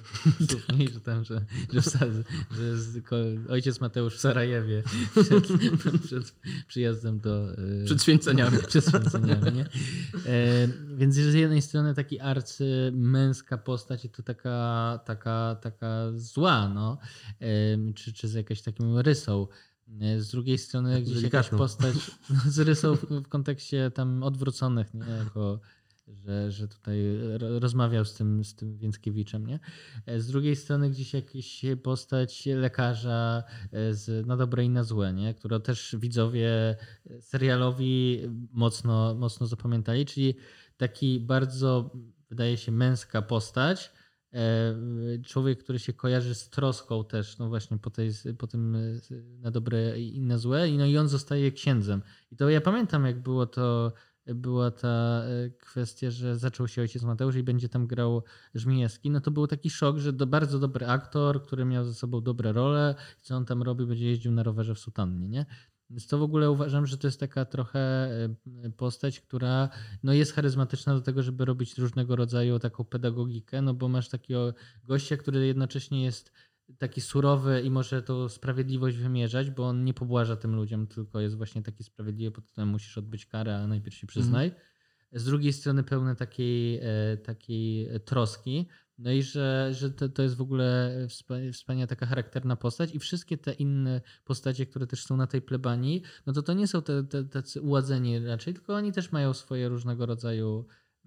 że, że tam, że, że, wsadzy, że jest ojciec Mateusz w Sarajewie przed, przed przyjazdem do... Przed święceniami. Przed święceniami, nie? E, więc z jednej strony taki arcymęska postać i to taka, taka, taka zła, no, e, czy, czy z jakąś taką rysą. Z drugiej strony tak gdzieś jakaś postać z rysą w, w kontekście tam odwróconych, nie? Jako, że, że tutaj rozmawiał z tym, z tym Więckiewiczem. Nie? Z drugiej strony gdzieś jakaś postać lekarza z Na dobre i na złe, nie? Którą też widzowie serialowi mocno, mocno zapamiętali, czyli taki bardzo, wydaje się, męska postać. Człowiek, który się kojarzy z troską też, no właśnie po, tej, po tym Na dobre i na złe, i no i on zostaje księdzem. I to ja pamiętam, jak było to, była ta kwestia, że zaczął się ojciec Mateusz i będzie tam grał Żmijewski, no to był taki szok, że to bardzo dobry aktor, który miał ze sobą dobre role, co on tam robi, będzie jeździł na rowerze w sutannie, nie? Więc to w ogóle uważam, że to jest taka trochę postać, która no jest charyzmatyczna do tego, żeby robić różnego rodzaju taką pedagogikę, no bo masz takiego gościa, który jednocześnie jest taki surowy i może tą sprawiedliwość wymierzać, bo on nie pobłaża tym ludziom, tylko jest właśnie taki sprawiedliwy, potem musisz odbyć karę, a najpierw się przyznaj. Mm. Z drugiej strony pełne takiej, takiej troski. No i że, że to, to jest w ogóle wspaniała taka charakterna postać i wszystkie te inne postacie, które też są na tej plebanii, no to to nie są te, te, tacy uładzeni raczej, tylko oni też mają swoje różnego rodzaju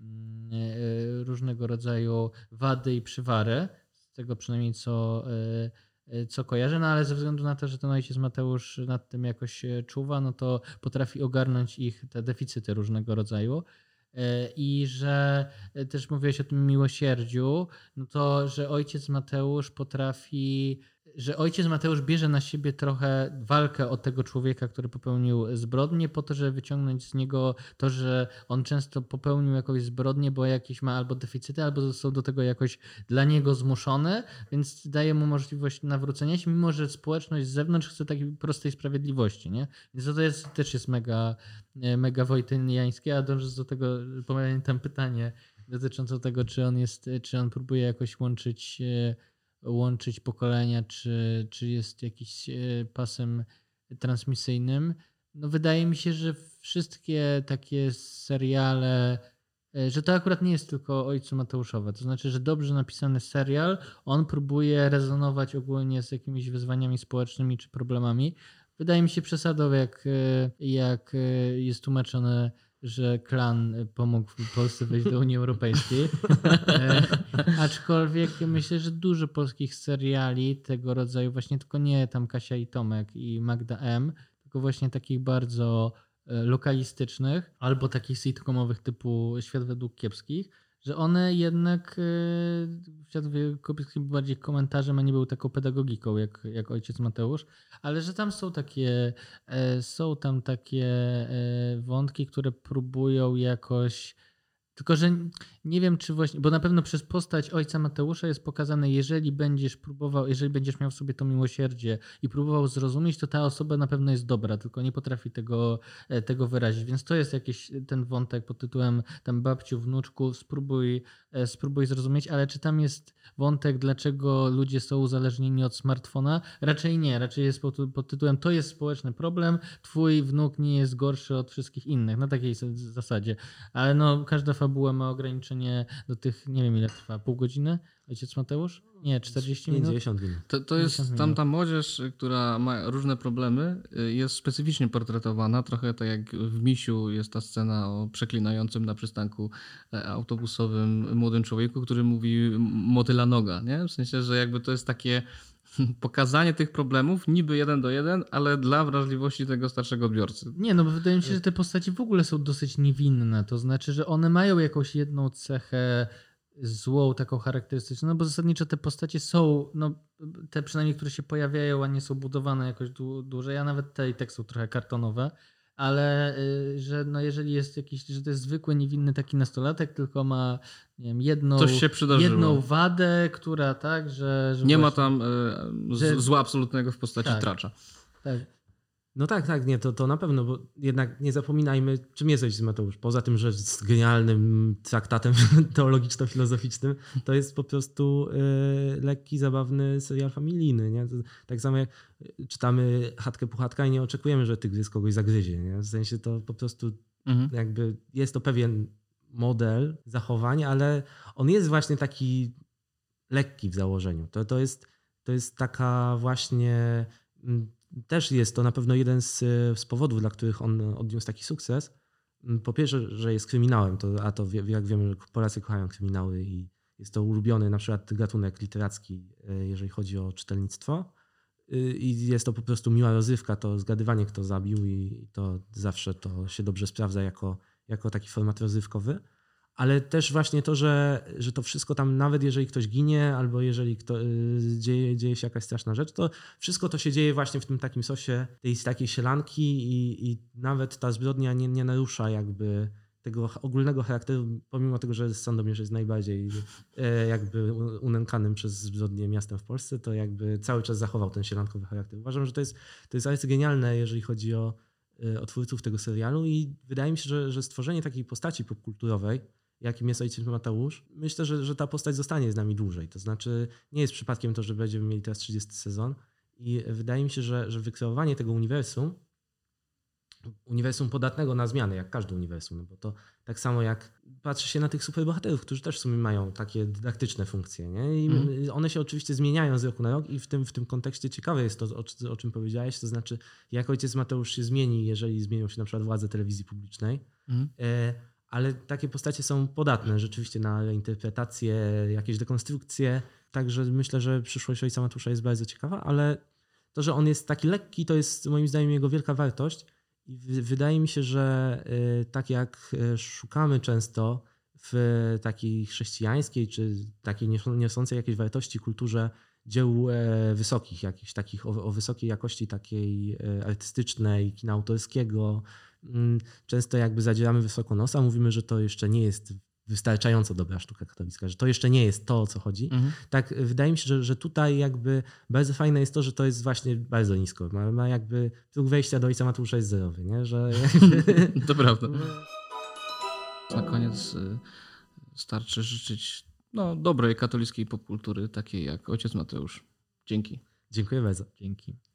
różnego rodzaju wady i przywary, z tego przynajmniej co, co kojarzę, no ale ze względu na to, że ten ojciec Mateusz nad tym jakoś czuwa, no to potrafi ogarnąć ich te deficyty różnego rodzaju. I że też mówiłeś o tym miłosierdziu, no to, że ojciec Mateusz potrafi że ojciec Mateusz bierze na siebie trochę walkę o tego człowieka, który popełnił zbrodnię, po to, żeby wyciągnąć z niego to, że on często popełnił jakąś zbrodnię, bo jakieś ma albo deficyty, albo został do tego jakoś dla niego zmuszony, więc daje mu możliwość nawrócenia się, mimo że społeczność z zewnątrz chce takiej prostej sprawiedliwości. Nie? Więc to jest, też jest mega, mega wojtyniańskie, a dążąc do tego, pamiętam pytanie dotyczące tego, czy on jest, czy on próbuje jakoś łączyć łączyć pokolenia, czy, czy jest jakiś pasem transmisyjnym. No wydaje mi się, że wszystkie takie seriale, że to akurat nie jest tylko o Ojcu Mateuszowe. To znaczy, że dobrze napisany serial, on próbuje rezonować ogólnie z jakimiś wyzwaniami społecznymi czy problemami. Wydaje mi się przesadą, jak, jak jest tłumaczone, że klan pomógł Polsce wejść do Unii Europejskiej. E, aczkolwiek myślę, że dużo polskich seriali tego rodzaju, właśnie tylko nie tam Kasia i Tomek i Magda M, tylko właśnie takich bardzo lokalistycznych albo takich sitcomowych typu Świat według kiepskich, że one jednak Świat według kiepskich był bardziej komentarzem, a nie był taką pedagogiką jak, jak Ojciec Mateusz, ale że tam są takie są tam takie wątki, które próbują jakoś, tylko że nie wiem, czy właśnie, bo na pewno przez postać Ojca Mateusza jest pokazane, jeżeli będziesz próbował, jeżeli będziesz miał w sobie to miłosierdzie i próbował zrozumieć, to ta osoba na pewno jest dobra, tylko nie potrafi tego, tego wyrazić. Więc to jest jakiś ten wątek pod tytułem tam babciu, wnuczku, spróbuj, spróbuj zrozumieć, ale czy tam jest wątek, dlaczego ludzie są uzależnieni od smartfona? Raczej nie, raczej jest pod, pod tytułem to jest społeczny problem, twój wnuk nie jest gorszy od wszystkich innych, na takiej zasadzie. Ale no każda fabuła ma ograniczenie do tych, nie wiem ile trwa, pół godziny? Ojciec Mateusz? Nie, czterdzieści minut? pięćdziesiąt minut. To, to jest tamta młodzież, która ma różne problemy, jest specyficznie portretowana, trochę tak jak w Misiu jest ta scena o przeklinającym na przystanku autobusowym młodym człowieku, który mówi motyla noga, nie? W sensie, że jakby to jest takie pokazanie tych problemów niby jeden do jeden, ale dla wrażliwości tego starszego odbiorcy. Nie, no bo wydaje mi się, że te postaci w ogóle są dosyć niewinne. To znaczy, że one mają jakąś jedną cechę złą, taką charakterystyczną, no bo zasadniczo te postacie są, no te przynajmniej, które się pojawiają, a nie są budowane jakoś dłużej, a nawet te i tak są trochę kartonowe, ale że no jeżeli jest jakiś, że to jest zwykły, niewinny taki nastolatek, tylko ma nie wiem, jedną, Coś się jedną wadę, która tak, że... że nie właśnie, ma tam y, że... zła absolutnego w postaci tak, tracza. Tak. No tak, tak, nie, to, to na pewno, bo jednak nie zapominajmy, czym jest Ojciec Mateusz. Poza tym, że jest genialnym traktatem teologiczno-filozoficznym, to jest po prostu y, lekki, zabawny serial familijny. Nie? To, tak samo jak czytamy Chatkę Puchatka i nie oczekujemy, że tygrys kogoś zagryzie. Nie? W sensie to po prostu mhm. jakby jest to pewien model zachowań, ale on jest właśnie taki lekki w założeniu. To, to, jest, to jest taka właśnie... Też jest to na pewno jeden z, z powodów, dla których on odniósł taki sukces. Po pierwsze, że jest kryminałem, to, a to jak wiemy, Polacy kochają kryminały i jest to ulubiony na przykład gatunek literacki, jeżeli chodzi o czytelnictwo. I jest to po prostu miła rozrywka, to zgadywanie, kto zabił i to zawsze to się dobrze sprawdza jako, jako taki format rozrywkowy. Ale też właśnie to, że, że to wszystko tam, nawet jeżeli ktoś ginie, albo jeżeli kto, dzieje, dzieje się jakaś straszna rzecz, to wszystko to się dzieje właśnie w tym takim sosie tej takiej sielanki i, i nawet ta zbrodnia nie, nie narusza jakby tego ogólnego charakteru, pomimo tego, że Sandomierz jest najbardziej jakby unękanym przez zbrodnię miastem w Polsce, to jakby cały czas zachował ten sielankowy charakter. Uważam, że to jest, to jest arcygenialne, jeżeli chodzi o, o twórców tego serialu i wydaje mi się, że, że stworzenie takiej postaci popkulturowej, jakim jest Ojciec Mateusz, myślę, że, że ta postać zostanie z nami dłużej. To znaczy nie jest przypadkiem to, że będziemy mieli teraz trzydziesty sezon i wydaje mi się, że, że wykreowanie tego uniwersum, uniwersum podatnego na zmiany, jak każde uniwersum, no bo to tak samo jak patrzy się na tych superbohaterów, którzy też w sumie mają takie dydaktyczne funkcje, nie? I mm. one się oczywiście zmieniają z roku na rok i w tym, w tym kontekście ciekawe jest to, o, o czym powiedziałeś, to znaczy jak Ojciec Mateusz się zmieni, jeżeli zmienią się na przykład władze telewizji publicznej, mm. e, ale takie postacie są podatne rzeczywiście na reinterpretacje, jakieś dekonstrukcje. Także myślę, że przyszłość Ojca Mateusza jest bardzo ciekawa, ale to, że on jest taki lekki, to jest moim zdaniem jego wielka wartość. I wydaje mi się, że tak jak szukamy często w takiej chrześcijańskiej czy takiej niosącej jakieś wartości kulturze dzieł wysokich, jakichś takich o, o wysokiej jakości takiej artystycznej, kina autorskiego. Często jakby zadzieramy wysoko nosa, mówimy, że to jeszcze nie jest wystarczająco dobra sztuka katolicka, że to jeszcze nie jest to, o co chodzi. Mhm. Tak wydaje mi się, że, że tutaj jakby bardzo fajne jest to, że to jest właśnie bardzo nisko. Ma, ma jakby próg wejścia do Ojca Mateusza jest zerowy, nie? Że... To prawda. Na koniec starczy życzyć no, dobrej katolickiej popkultury, takiej jak Ojciec Mateusz. Dzięki. Dziękuję bardzo. Dzięki.